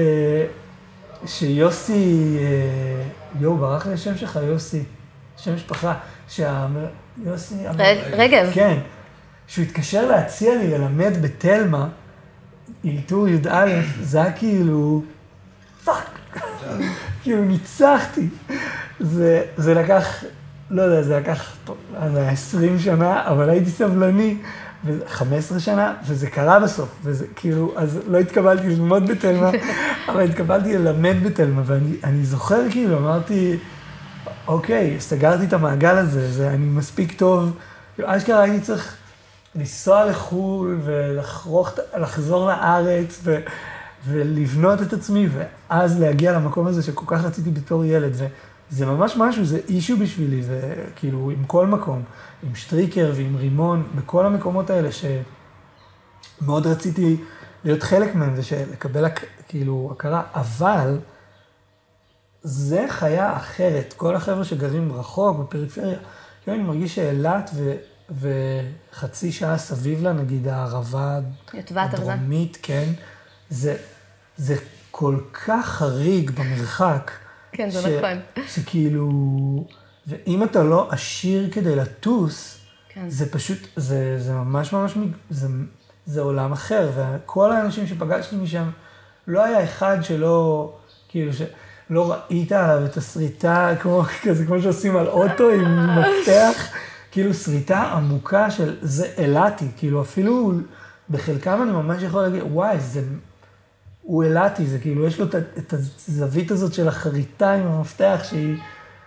שיוסי, ברח לי השם שלך, יוסי, שם משפחה, יוסי... רגב. כן, שהוא התקשר להציע לי ללמד בתלמה, אילתור י"א, זה היה כאילו, פאק, כאילו ניצחתי. זה לקח, לא יודע, זה לקח 20 שנה, אבל הייתי סבלני, 15 שנה, וזה קרה בסוף, וזה כאילו, אז לא התקבלתי ללמוד בתלמה, אבל התקבלתי ללמד בתלמה, ואני זוכר כאילו, אמרתי, אוקיי, סגרתי את המעגל הזה, אני מספיק טוב, אשכרה הייתי צריך לנסוע לחול ולחזור לארץ ולבנות את עצמי, ואז להגיע למקום הזה שכל כך רציתי בתור ילד, וזה ממש משהו, זה אישו בשבילי, וכאילו עם כל מקום, עם שטריקר ועם רימון, בכל המקומות האלה שמאוד רציתי להיות חלק מהם ולקבל כאילו הכרה, אבל זה חיה אחרת, כל החבר'ה שגרים רחוק, בפריפריה, כאילו אני מרגיש שאילת וחצי שעה סביב לה, נגיד הערבה הדרומית, כן, זה כל כך חריג במרחק. כן, זה נכון. שכאילו, ואם אתה לא עשיר כדי לטוס, זה פשוט, זה ממש, זה עולם אחר, וכל האנשים שפגשתי משם, לא היה אחד שלא, כאילו, לא ראית עליו את הסריטה, כמו שעושים על אוטו עם מפתח, כאילו סריטה עמוקה של זה אילתי, כאילו אפילו בחלקם אני ממש יכול להגיד, וואי, הוא אילתי, זה כאילו יש לו את הזווית הזאת של החריטה עם המפתח שהיא,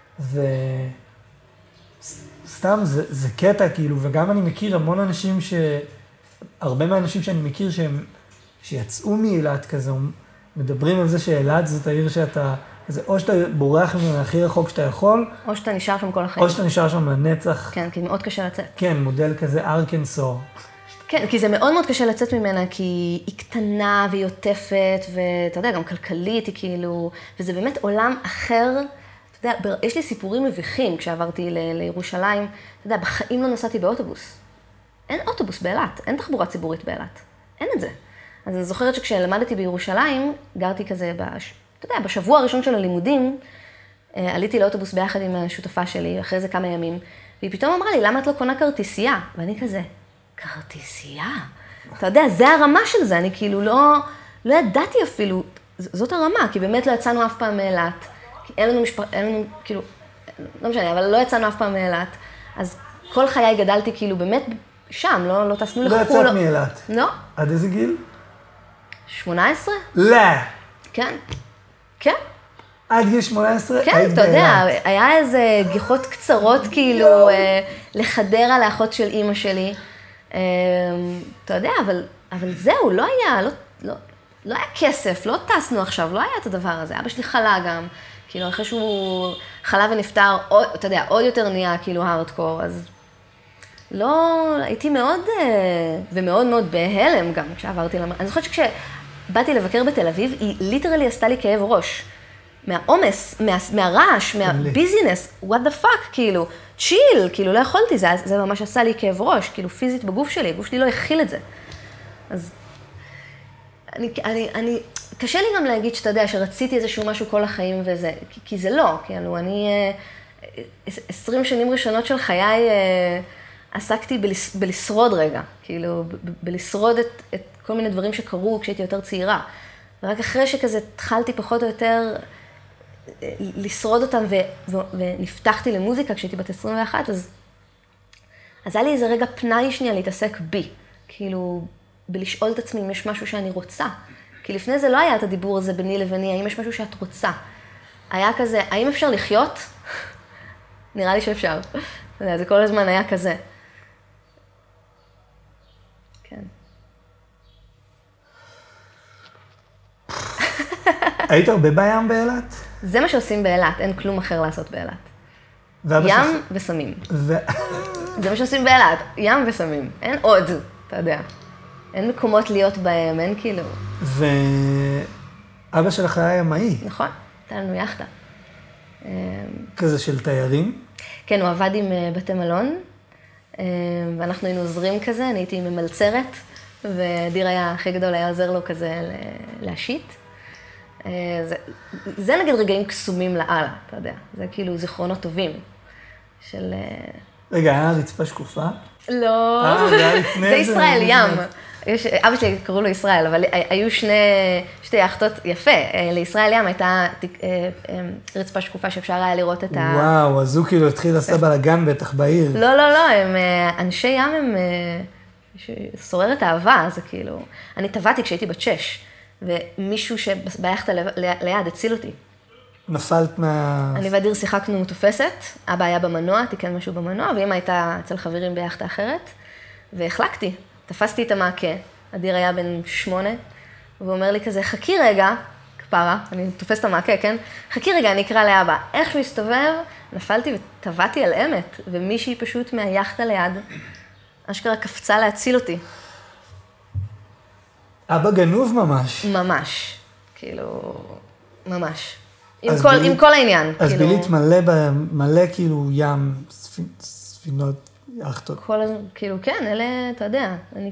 וסתם זה קטע כאילו, וגם אני מכיר המון אנשים הרבה מהאנשים שאני מכיר שיצאו מאילת כזה, מדברים על זה שאילת זאת העיר שאתה, או שאתה בורח ממנה הכי רחוק שאתה יכול, או שאתה נשאר שם כל החיים. או שאתה נשאר שם לנצח. כן, כי מאוד קשה לצאת. כן, מודל כזה ארקנסו. כן, כי זה מאוד מאוד קשה לצאת ממנה, כי היא קטנה והיא עוטפת, ואתה יודע, גם כלכלית היא כאילו, וזה באמת עולם אחר. אתה יודע, יש לי סיפורים מביכים כשעברתי לירושלים. אתה יודע, בחיים לא נסעתי באוטובוס. אין אוטובוס באילת, אין תחבורה ציבורית באילת. אין את זה. אז אני זוכרת שכשלמדתי בירושלים, גרתי כזה, אתה יודע, בשבוע הראשון של הלימודים, עליתי לאוטובוס ביחד עם השותפה שלי, אחרי זה כמה ימים, והיא פתאום אמרה לי, למה את לא קונה כרטיסייה? ואני כזה, כרטיסייה? אתה יודע, זה הרמה של זה, אני כאילו לא ידעתי אפילו, זאת הרמה, כי באמת לא יצאנו אף פעם מאילת, כי אין לנו, כאילו, לא משנה, אבל לא יצאנו אף פעם מאילת, אז כל חיי גדלתי כאילו באמת שם, לא טסנו לחו"ל. לא יצאת מאילת? לא. עד איזה גיל? 18? לא. כן. כן. עד גיל 18? כן, אתה יודע, היה איזה גיחות קצרות כאילו לחדרה לאחות של אימא שלי. אתה יודע, אבל זהו, לא היה כסף, לא טסנו עכשיו, לא היה את הדבר הזה. אבא שלי חלה גם, כאילו אחרי שהוא חלה ונפטר, אתה יודע, עוד יותר נהיה כאילו הארדקור, אז לא, הייתי מאוד ומאוד מאוד בהלם גם כשעברתי אני זוכרת שכשבאתי לבקר בתל אביב, היא ליטרלי עשתה לי כאב ראש. מהעומס, מהרעש, מהביזינס, what the fuck, כאילו, צ'יל, כאילו לא יכולתי, זה ממש עשה לי כאב ראש, כאילו פיזית בגוף שלי, הגוף שלי לא הכיל את זה. אז קשה לי גם להגיד שאתה יודע, שרציתי איזשהו משהו כל החיים וזה, כי זה לא, כאילו, אני 20 שנים ראשונות של חיי עסקתי בלשרוד רגע, כאילו, בלשרוד את כל מיני דברים שקרו כשהייתי יותר צעירה. ורק אחרי שכזה התחלתי פחות או יותר לשרוד אותם ונפתחתי למוזיקה כשהייתי בת 21, אז היה לי איזה רגע פנאי שנייה להתעסק בי, כאילו בלשאול את עצמי אם יש משהו שאני רוצה. כי לפני זה לא היה את הדיבור הזה ביני לביני, האם יש משהו שאת רוצה. היה כזה, האם אפשר לחיות? נראה לי שאפשר. זה כל הזמן היה כזה. כן. היית הרבה בים באילת? זה מה שעושים באילת, אין כלום אחר לעשות באילת. ואבא שלך- ים וסמים. זה מה שעושים באילת, ים וסמים. אין עוד, אתה יודע. אין מקומות להיות בהם, אין כאילו... ואבא שלך היה ימאי, נכון, הייתה לנו יאכטה. כזה של תיירים. כן, הוא עבד עם בתי מלון, ואנחנו היינו עוזרים כזה, אני הייתי ממלצרת, ודיר היה, הכי גדול היה עוזר לו כזה להשיט. זה נגיד רגעים קסומים לאללה, אתה יודע. זה כאילו זיכרונות טובים של... רגע, היה רצפה שקופה? לא, זה היה לפני זה זה, ישראל, אני ים. יודעת. אבא שלי קראו לו ישראל, אבל היו שתי יאכטות, יפה, לישראל ים הייתה רצפה שקופה שאפשר היה לראות את ה... וואו, אז הוא כאילו התחיל לעשות בלאגן בטח בעיר. לא, לא, לא, הם, אנשי ים הם שוררת אהבה, זה כאילו... אני טבעתי כשהייתי בת 6, ומישהו שביאכטה ליד הציל אותי. נפלת מה... אני ואדיר שיחקנו תופסת, אבא היה במנוע, תיקן משהו במנוע, ואמא הייתה אצל חברים ביאכטה אחרת, והחלקתי. תפסתי את המעקה, אדיר היה בן 8, והוא אומר לי כזה, חכי רגע, כפרה, אני תופסת את המעקה, כן? חכי רגע, אני אקרא לאבא. איך שהוא הסתובב, נפלתי וטבעתי על אמת, ומישהי פשוט מהיאכטה ליד, אשכרה קפצה להציל אותי. אבא גנוב ממש. ממש, כאילו, ממש. אז עם כל העניין. אז כאילו, בילית מלא כאילו ים, ספינות, יאכטות. כאילו, כן, אלה, אתה יודע, אני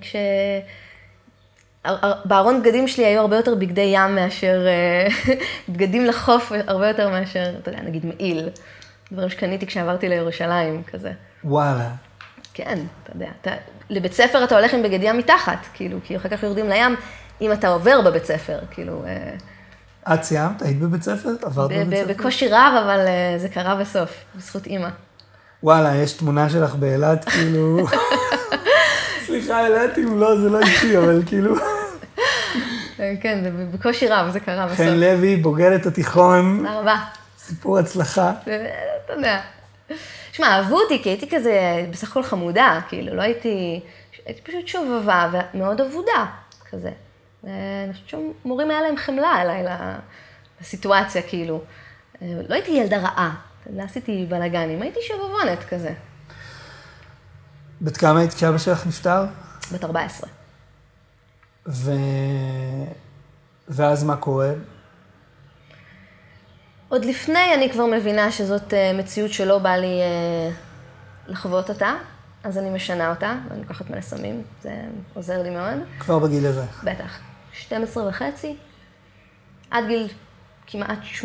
בארון בגדים שלי היו הרבה יותר בגדי ים מאשר, בגדים לחוף הרבה יותר מאשר, אתה יודע, נגיד מעיל. דברים שקניתי כשעברתי לירושלים, כזה. וואלה. כן, אתה יודע, לבית ספר אתה הולך עם בגד ים מתחת, כאילו, כי אחר כך יורדים לים, אם אתה עובר בבית ספר, כאילו... את סיימת? היית בבית ספר? עברת בבית ספר? בקושי רב, אבל זה קרה בסוף, בזכות אימא. וואלה, יש תמונה שלך באילת, כאילו... סליחה, אילתים, לא, זה לא אישי, אבל כאילו... כן, זה בקושי רב, זה קרה בסוף. חן לוי, בוגרת התיכון, תודה רבה. סיפור הצלחה. אתה יודע. שמע, אהבו אותי, כי הייתי כזה בסך הכל חמודה, כאילו, לא הייתי פשוט שובבה ומאוד אבודה, כזה. אני חושבת שמורים היה להם חמלה אליי לסיטואציה, כאילו. לא הייתי ילדה רעה, לא עשיתי בלגנים, הייתי שובבונת כזה. בת כמה היית כשאבא שלך נפטר? בת 14. ואז מה קורה? עוד לפני אני כבר מבינה שזאת מציאות שלא בא לי לחוות אותה, אז אני משנה אותה, ואני לוקחת מלא סמים, זה עוזר לי מאוד. כבר בגיל הזה. בטח. 12 וחצי, עד גיל כמעט 18-17.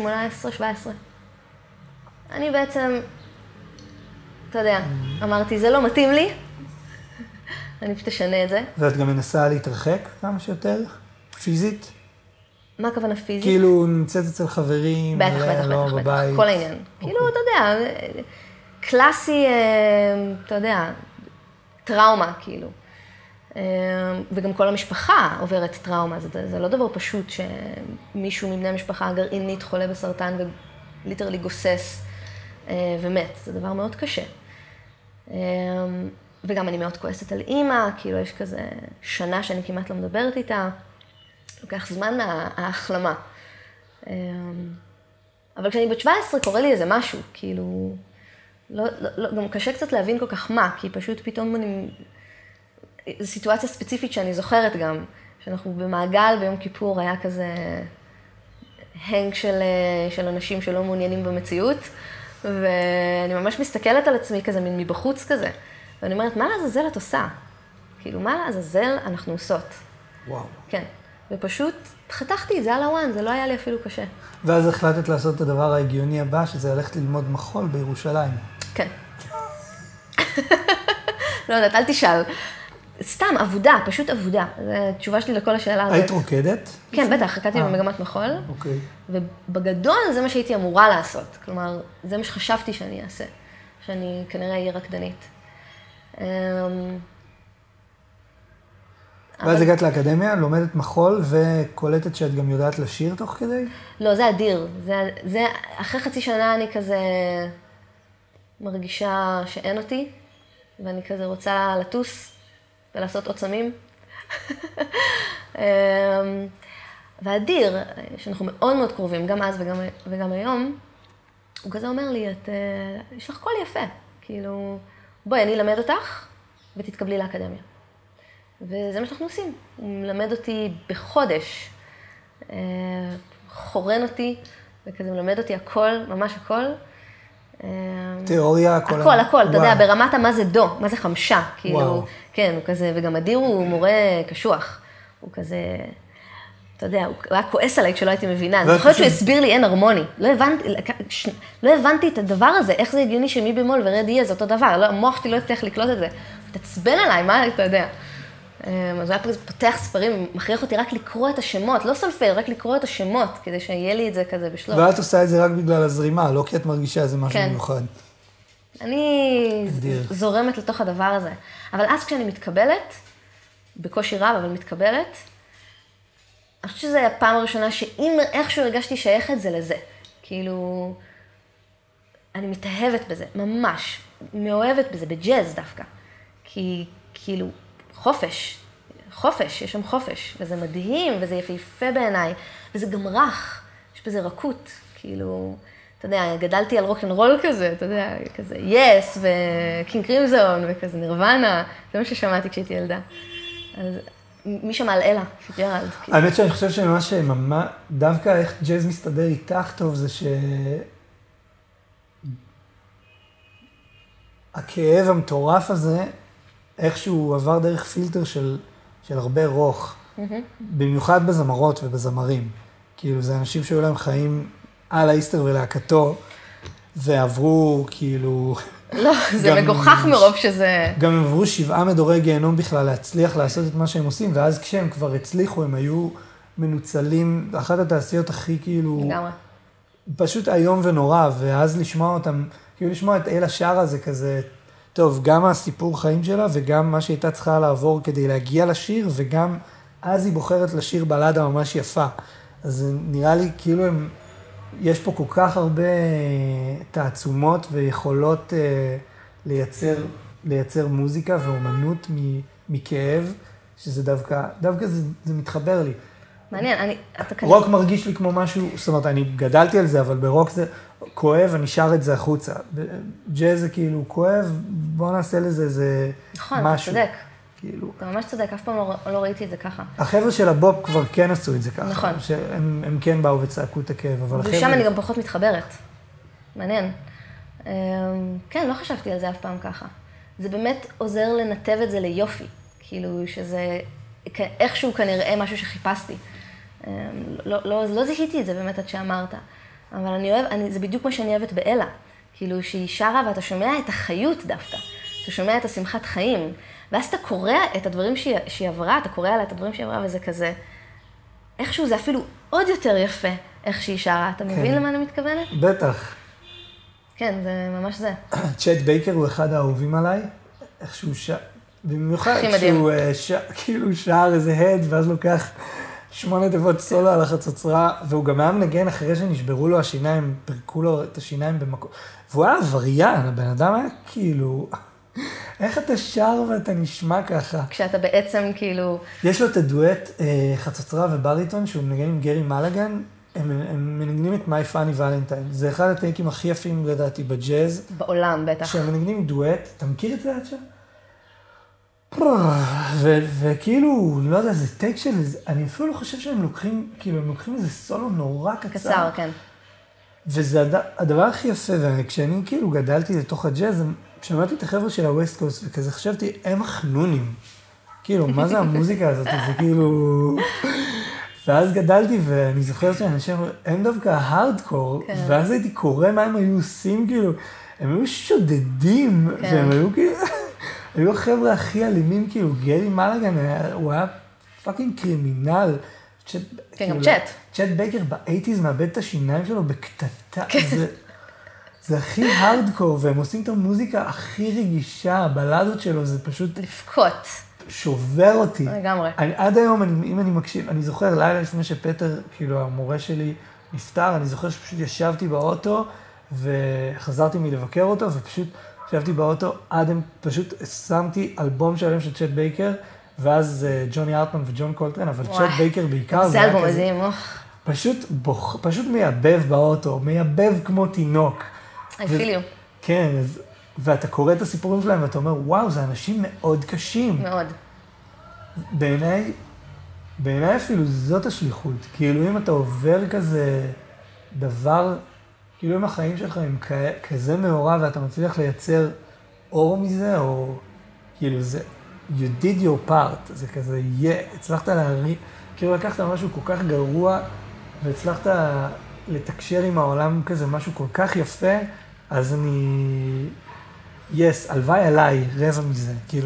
אני בעצם, אתה יודע, אמרתי, זה לא מתאים לי, אני פשוט אשנה את זה. ואת גם מנסה להתרחק כמה שיותר? פיזית? מה הכוונה פיזית? כאילו נמצאת אצל חברים, בטח, בטח, לא בטח, בבית. בטח, כל העניין. כאילו, אתה יודע, קלאסי, אתה יודע, טראומה, כאילו. וגם כל המשפחה עוברת טראומה, זה לא דבר פשוט שמישהו מבני המשפחה הגרעינית חולה בסרטן וליטרלי גוסס ומת, זה דבר מאוד קשה. וגם אני מאוד כועסת על אימא, כאילו יש כזה שנה שאני כמעט לא מדברת איתה, לוקח זמן ההחלמה. אבל כשאני בת 17 קורה לי איזה משהו, כאילו, גם קשה קצת להבין כל כך מה, כי פשוט פתאום זו סיטואציה ספציפית שאני זוכרת גם, שאנחנו במעגל ביום כיפור היה כזה הנג של אנשים שלא מעוניינים במציאות, ואני ממש מסתכלת על עצמי כזה, מין מבחוץ כזה, ואני אומרת, מה לעזאזל את עושה? כאילו, מה לעזאזל אנחנו עושות? וואו. כן, ופשוט חתכתי את זה על הוואן, זה לא היה לי אפילו קשה. ואז החלטת לעשות את הדבר ההגיוני הבא, שזה ללכת ללמוד מחול בירושלים. כן. לא יודעת, אל תשאל. סתם, עבודה, פשוט עבודה. זו תשובה שלי לכל השאלה הזאת. היית רוקדת? כן, בטח, חכתי במגמת מחול. אוקיי. ובגדול זה מה שהייתי אמורה לעשות. כלומר, זה מה שחשבתי שאני אעשה. שאני כנראה אהיה רקדנית. ואז הגעת לאקדמיה, לומדת מחול וקולטת שאת גם יודעת לשיר תוך כדי? לא, זה אדיר. זה, אחרי חצי שנה אני כזה מרגישה שאין אותי, ואני כזה רוצה לטוס ולעשות עוד סמים. ואדיר, שאנחנו מאוד מאוד קרובים, גם אז וגם היום, הוא כזה אומר לי, יש לך קול יפה, כאילו, בואי, אני אלמד אותך ותתקבלי לאקדמיה. וזה מה שאנחנו עושים. הוא מלמד אותי בחודש, חורן אותי, וכזה מלמד אותי הכל, ממש הכל. תיאוריה, הכל, אתה יודע, ברמת מה זה דו, מה זה חמשה, כאילו, כן, הוא כזה, וגם אדיר הוא מורה קשוח, הוא כזה, אתה יודע, הוא היה כועס עליי כשלא הייתי מבינה, אני זוכרת שהוא הסביר לי אין הרמוני, לא הבנתי את הדבר הזה, איך זה הגיוני שמי במול ורד יהיה, זה אותו דבר, המוח שלי לא הצליח לקלוט את זה, הוא תעצבן עליי, מה אתה יודע? אז הוא היה פותח ספרים, מכריח אותי רק לקרוא את השמות, לא סולפר, רק לקרוא את השמות, כדי שיהיה לי את זה כזה בשלוב. ואת עושה את זה רק בגלל הזרימה, לא כי את מרגישה איזה משהו מיוחד. אני זורמת לתוך הדבר הזה. אבל אז כשאני מתקבלת, בקושי רב, אבל מתקבלת, אני חושבת שזו הפעם הראשונה שאם איכשהו הרגשתי שייכת זה לזה. כאילו, אני מתאהבת בזה, ממש. מאוהבת בזה, בג'אז דווקא. כי כאילו, חופש, יש שם חופש, וזה מדהים, וזה יפהפה בעיניי, וזה גם רך, יש בזה רכות, כאילו, אתה יודע, גדלתי על רוק'נ'רול כזה, אתה יודע, כזה יס, וקינג קרימזון, וכזה נירוונה, זה מה ששמעתי כשהייתי ילדה. אז מי שמע על אלה, פיג'רלד. האמת שאני חושב שממש, דווקא איך ג'אז מסתדר איתך טוב, זה הכאב המטורף הזה, איכשהו עבר דרך פילטר של הרבה רוך, במיוחד בזמרות ובזמרים. כאילו, זה אנשים שהיו להם חיים על האיסטר ולהקתו, ועברו כאילו... לא, זה מגוחך מרוב שזה... גם הם עברו 7 מדורי גיהנום בכלל להצליח לעשות את מה שהם עושים, ואז כשהם כבר הצליחו, הם היו מנוצלים, אחת התעשיות הכי כאילו... לגמרי. פשוט איום ונורא, ואז לשמוע אותם, כאילו לשמוע את אלה שר הזה כזה... טוב, גם הסיפור חיים שלה וגם מה שהייתה צריכה לעבור כדי להגיע לשיר, וגם אז היא בוחרת לשיר בלדה ממש יפה. אז נראה לי כאילו יש פה כל כך הרבה תעצומות ויכולות לייצר מוזיקה ואומנות מכאב, שזה דווקא זה מתחבר לי. מעניין, רוק מרגיש לי כמו משהו, זאת אומרת, אני גדלתי על זה, אבל ברוק זה כואב, אני שר את זה החוצה. ג'אז זה כאילו כואב, בוא נעשה לזה איזה משהו. נכון, אתה צודק. כאילו... אתה ממש צודק, אף פעם לא ראיתי את זה ככה. החבר'ה של הבופ כבר כן עשו את זה ככה. נכון. הם כן באו וצעקו את הכאב, אבל החבר'ה... ושם אני גם פחות מתחברת. מעניין. כן, לא חשבתי על זה אף פעם ככה. זה באמת עוזר לנתב את זה ליופי. כאילו שזה איכשהו כנראה משהו שחיפשתי. לא זיהיתי את זה באמת עד שאמרת. אבל זה בדיוק מה שאני אוהבת באלה. כאילו שהיא שרה ואתה שומע את החיות דווקא. אתה שומע את השמחת חיים. ואז אתה קורא את הדברים שהיא עברה, אתה קורא עליה את הדברים שהיא עברה, וזה כזה, איכשהו זה אפילו עוד יותר יפה, איך שהיא שרה. אתה מבין למה אני מתכוונת? בטח. כן, זה ממש זה. צ'ט בייקר הוא אחד האהובים עליי, איכשהו שר, במיוחד שהוא כאילו שר איזה הד, ואז לוקח 8 תיבות סולו על החצוצרה, והוא גם היה מנגן אחרי שנשברו לו השיניים, פרקו לו את השיניים במקום, והוא היה עבריין, הבן אדם היה כאילו... איך אתה שר ואתה נשמע ככה? כשאתה בעצם כאילו... יש לו את הדואט חצוצרה ובריטון, שהוא מנגן עם גרי מלאגן, הם מנגנים את My Funny Valentine. זה אחד הטייקים הכי יפים לדעתי בג'אז. בעולם, בטח. שהם מנגנים עם דואט, אתה מכיר את זה עד שם? וכאילו, לא יודע, זה טייק של... אני אפילו לא חושב שהם לוקחים, כאילו, הם לוקחים איזה סולו נורא קצר. קצר, כן. וזה הדבר הכי יפה, וכשאני כאילו גדלתי לתוך הג'אז, שמעתי את החבר'ה של הווסט קוסט, וכזה חשבתי, הם החנונים. כאילו, מה זה המוזיקה הזאת? זה כאילו... ואז גדלתי, ואני זוכר שאנשים, הם דווקא ההארדקור, ואז הייתי קורא מה הם היו עושים, כאילו, הם היו שודדים, והם היו כאילו... היו החבר'ה הכי אלימים, כאילו, גרי מלאגן, הוא היה פאקינג קרימינל. כן, גם צ'ט. צ'ט בייקר ב-80s מאבד את השיניים שלו בקטטה. זה הכי הארדקור, והם עושים את המוזיקה הכי רגישה, הבלדות שלו, זה פשוט... לפקוט. שובר אותי. לגמרי. עד היום, אם אני מקשיב, אני זוכר לילה לפני שפטר, כאילו, המורה שלי נפטר, אני זוכר שפשוט ישבתי באוטו, וחזרתי מלבקר אותו, ופשוט ישבתי באוטו, פשוט שמתי אלבום שלם של צ'ט בייקר, ואז ג'וני ארטמן וג'ון קולטרן, אבל צ'ט בייקר בעיקר, זה אלבום מדהים, פשוט מייבב באוטו, מייבב כמו תינוק. I feel you. כן, ואתה קורא את הסיפורים שלהם ואתה אומר, וואו, זה אנשים מאוד קשים. מאוד. בעיניי אפילו זאת השליחות. כאילו אם אתה עובר כזה דבר, כאילו אם החיים שלך הם כזה מעורב ואתה מצליח לייצר אור מזה, או כאילו זה, you did your part, זה כזה, הצלחת להרים, כאילו לקחת משהו כל כך גרוע, והצלחת לתקשר עם העולם כזה משהו כל כך יפה, אז הלוואי עליי רבע מזה, כאילו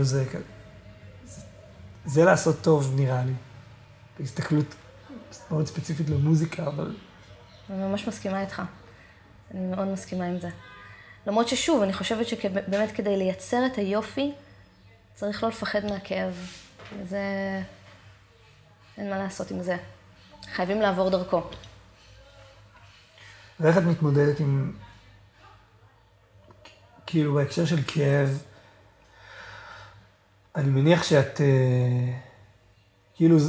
זה לעשות טוב נראה לי. בהסתכלות מאוד ספציפית למוזיקה, אבל... אני ממש מסכימה איתך. אני מאוד מסכימה עם זה. למרות ששוב, אני חושבת שבאמת כדי לייצר את היופי, צריך לא לפחד מהכאב. וזה... אין מה לעשות עם זה. חייבים לעבור דרכו. ואיך את מתמודדת עם... כאילו בהקשר של כאב, אני מניח שאת כאילו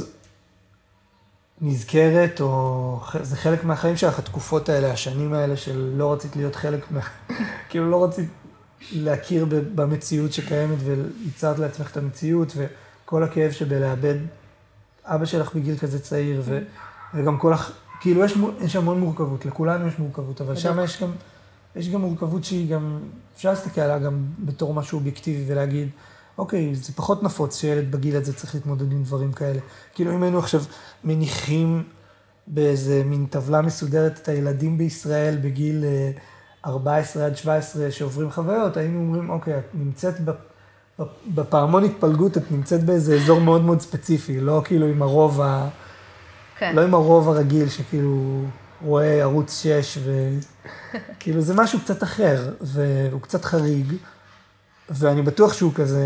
נזכרת, או זה חלק מהחיים שלך, התקופות האלה, השנים האלה של לא רצית להיות חלק כאילו לא רצית להכיר במציאות שקיימת וייצרת לעצמך את המציאות, וכל הכאב שבלאבד אבא שלך בגיל כזה צעיר, וגם כאילו יש המון מורכבות, לכולנו יש מורכבות, אבל שם יש גם מורכבות שהיא גם, אפשר להסתכל עליה גם בתור משהו אובייקטיבי ולהגיד, אוקיי, זה פחות נפוץ שילד בגיל הזה צריך להתמודד עם דברים כאלה. כאילו אם היינו עכשיו מניחים באיזה מין טבלה מסודרת את הילדים בישראל בגיל 14 עד 17 שעוברים חוויות, היינו אומרים, אוקיי, את נמצאת בפעמון התפלגות, את נמצאת באיזה אזור מאוד מאוד ספציפי, לא כאילו עם הרוב לא עם הרוב הרגיל שכאילו רואה ערוץ 6 וכאילו זה משהו קצת אחר והוא קצת חריג ואני בטוח שהוא כזה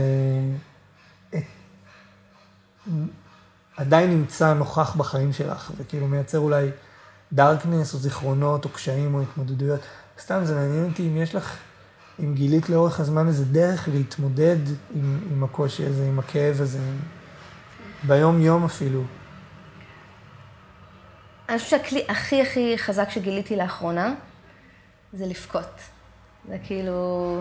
עדיין נמצא נוכח בחיים שלך וכאילו מייצר אולי דארקנס או זיכרונות או קשיים או התמודדויות. סתם זה מעניין אותי אם יש לך, אם גילית לאורך הזמן איזה דרך להתמודד עם הקושי הזה, עם הכאב הזה, ביום יום אפילו. אני חושבת שהכלי הכי חזק שגיליתי לאחרונה, זה לבכות. זה כאילו...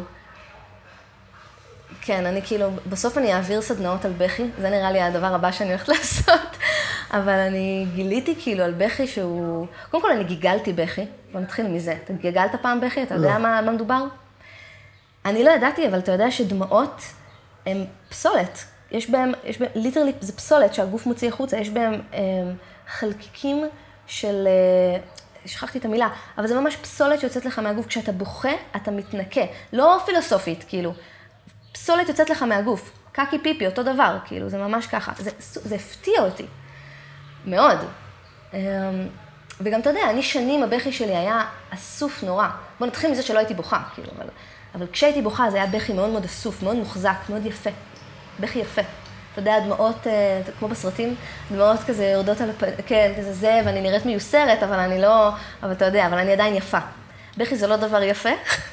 כן, אני כאילו, בסוף אני אעביר סדנאות על בכי, זה נראה לי הדבר הבא שאני הולכת לעשות, אבל אני גיליתי כאילו על בכי שהוא... קודם כל אני גיגלתי בכי, בוא נתחיל מזה. אתה גיגלת פעם בכי? אתה יודע מה מדובר? אני לא ידעתי, אבל אתה יודע שדמעות הן פסולת. יש בהם, ליטרלי, זה פסולת שהגוף מוציא החוצה, יש בהם חלקיקים של, שכחתי את המילה, אבל זה ממש פסולת שיוצאת לך מהגוף. כשאתה בוכה, אתה מתנקה. לא פילוסופית, כאילו. פסולת יוצאת לך מהגוף. קקי פיפי, אותו דבר, כאילו, זה ממש ככה. זה הפתיע אותי. מאוד. וגם אתה יודע, אני שנים, הבכי שלי היה אסוף נורא. בוא נתחיל מזה שלא הייתי בוכה, כאילו, אבל כשהייתי בוכה זה היה בכי מאוד מאוד אסוף, מאוד מוחזק, מאוד יפה. בכי יפה. אתה יודע, דמעות, כמו בסרטים, דמעות כזה יורדות על כן, כזה זה, ואני נראית מיוסרת, אבל אני לא, אבל אתה יודע, אבל אני עדיין יפה. בכי זה לא דבר יפה,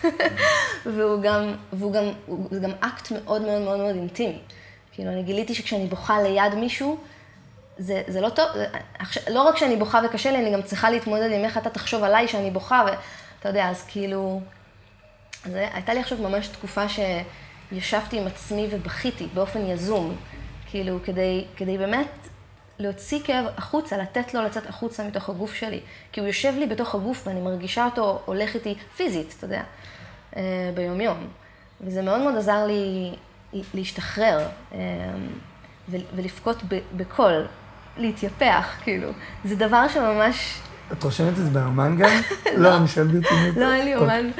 זה גם אקט מאוד מאוד מאוד מאוד אינטימי. כאילו, אני גיליתי שכשאני בוכה ליד מישהו, זה לא טוב, לא רק שאני בוכה וקשה לי, אני גם צריכה להתמודד עם איך אתה תחשוב עליי שאני בוכה, ואתה יודע, אז כאילו, הייתה לי עכשיו ממש תקופה שישבתי עם עצמי ובכיתי באופן יזום, כאילו, כדי באמת להוציא כאב החוצה, לתת לו לצאת החוצה מתוך הגוף שלי, כי הוא יושב לי בתוך הגוף ואני מרגישה אותו הולך איתי פיזית, אתה יודע, ביום-יום. וזה מאוד מאוד עזר לי להשתחרר ולפקות בקול, להתייפח, כאילו. זה דבר שממש... את רושמת את זה ביומן גם? לא, אני שואל ברצינות. לא, אין לי יומן,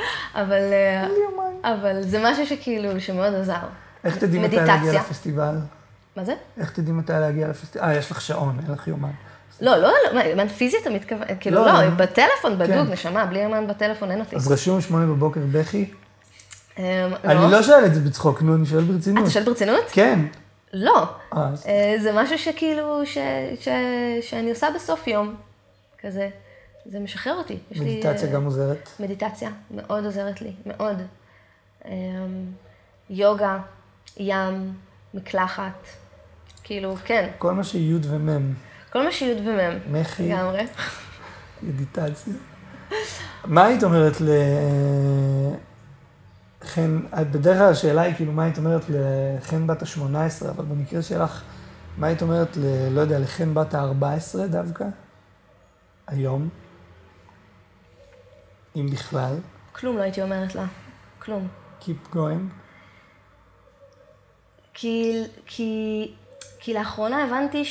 אבל זה משהו שכאילו, שמאוד עזר. איך תדעי מתי להגיע לפסטיבל? מה זה? איך תדעי מתי להגיע לפסטיבל? יש לך שעון, אין לך יומן. לא, יומן פיזי אתה מתכוון, כאילו לא, בטלפון, בדוק, נשמה, בלי יומן בטלפון אין אותי. אז רשום 8 בבוקר בכי? אני לא שואל את זה בצחוק, נו, אני שואל ברצינות. אתה שואל ברצינות? כן. לא. זה משהו שכאילו, שאני עושה בסוף יום, כזה. זה משחרר אותי. מדיטציה גם עוזרת? מדיטציה, מאוד עוזרת לי, מאוד. יוגה, ים, מקלחת, כאילו, כן. כל מה שיוד ומם. כל מה שיוד ומם. מחי. לגמרי. מדיטציה. מה היית אומרת לחן, בדרך כלל השאלה היא כאילו, מה היית אומרת לחן בת ה-18, אבל במקרה שלך, מה היית אומרת לא יודע, לחן בת ה-14 דווקא? היום? אם בכלל? כלום לא הייתי אומרת לה. כלום. Keep going. כי לאחרונה הבנתי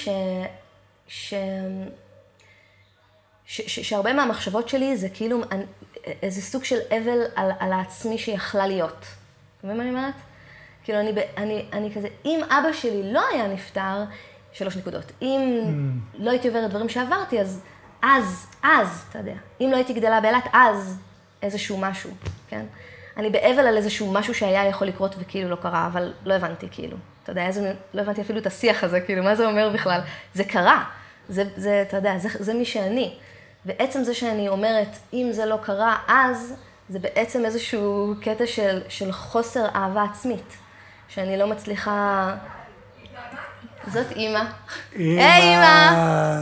שהרבה מהמחשבות שלי זה כאילו איזה סוג של אבל על העצמי שיכלה להיות. אתה מבין מה אני אומרת? כאילו אני כזה, אם אבא שלי לא היה נפטר, 3 נקודות. אם לא הייתי עוברת דברים שעברתי, אז, אתה יודע. אם לא הייתי גדלה באילת, אז איזשהו משהו, כן? אני באבל על איזשהו משהו שהיה יכול לקרות וכאילו לא קרה, אבל לא הבנתי כאילו. אתה יודע, לא הבנתי אפילו את השיח הזה, כאילו, מה זה אומר בכלל? זה קרה. זה, אתה יודע, זה מי שאני. ועצם זה שאני אומרת, אם זה לא קרה, אז זה בעצם איזשהו קטע של חוסר אהבה עצמית, שאני לא מצליחה... זאת אימא. היי אימא!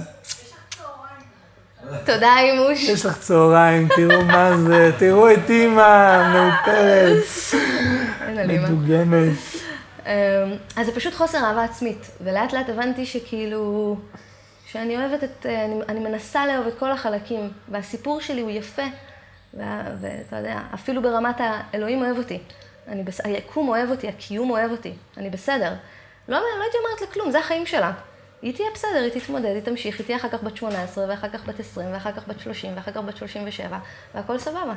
תודה אימוש. יש לך צהריים, תראו מה זה, תראו את אימא, מאופרת, מדוגמת. אז זה פשוט חוסר אהבה עצמית, ולאט לאט הבנתי שכאילו, שאני אוהבת אני מנסה לאהוב את כל החלקים, והסיפור שלי הוא יפה, ואתה יודע, אפילו ברמת האלוהים אוהב אותי, היקום אוהב אותי, הקיום אוהב אותי, אני בסדר. לא הייתי אומרת לכלום, זה החיים שלה. היא תהיה בסדר, היא תתמודד, היא תמשיך, היא תהיה אחר כך בת 18, ואחר כך בת 20, ואחר כך בת 30, ואחר כך בת 37, והכל סבבה.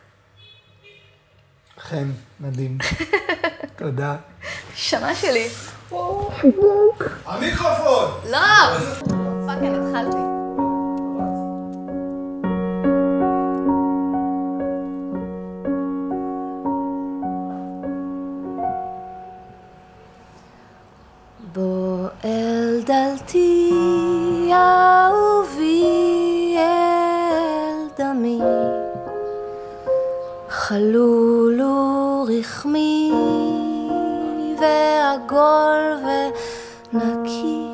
חן, מדהים. תודה. שמה שלי. המיקרופון! לא! פאקן, התחלתי. בוא אל דלתי אהובי אל דמי חלול ורחמי ועגול ונקי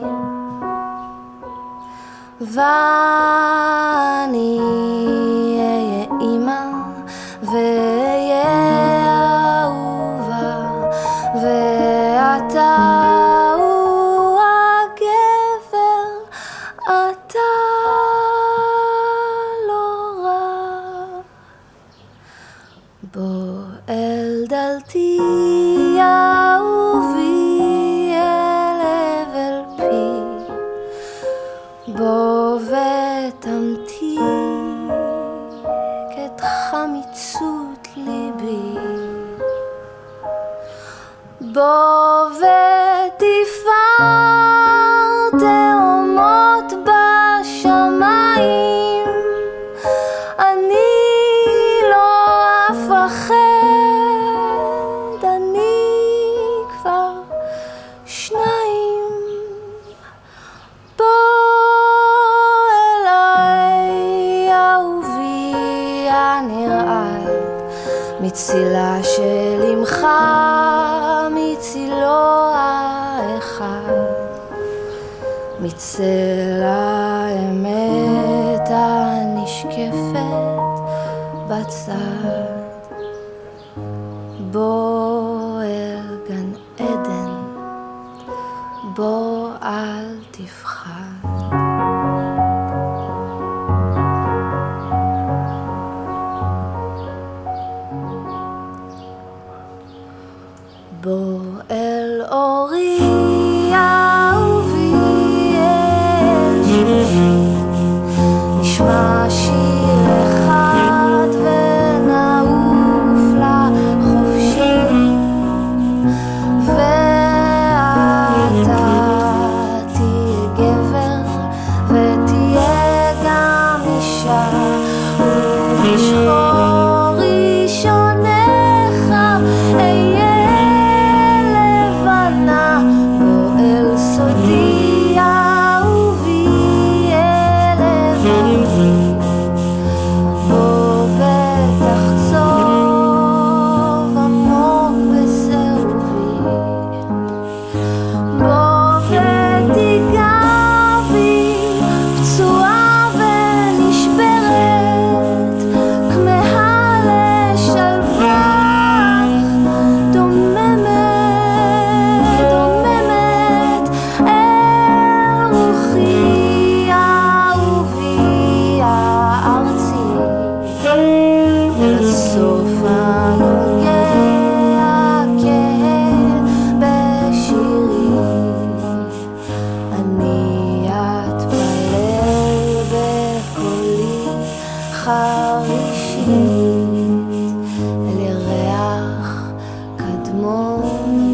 ואני אהיה אמא ואהיה אהובה ואתה בוא ותפאר תאומות בשמיים אני לא אפחד אני כבר 2 בוא אליי אהובי הנרעד מצילה של אמך מצילו האחד מצל האמת הנשקפת בצד בוא אל גן עדן בוא אל תפחד בוא אל אורי אהובי אל שישי נשמע שיר אחד ונעוף לחופשי ואתה תהיה גבר ותהיה גם אישה ובשחור ראשונך אהיה סודי אהובי אל לבבי דמות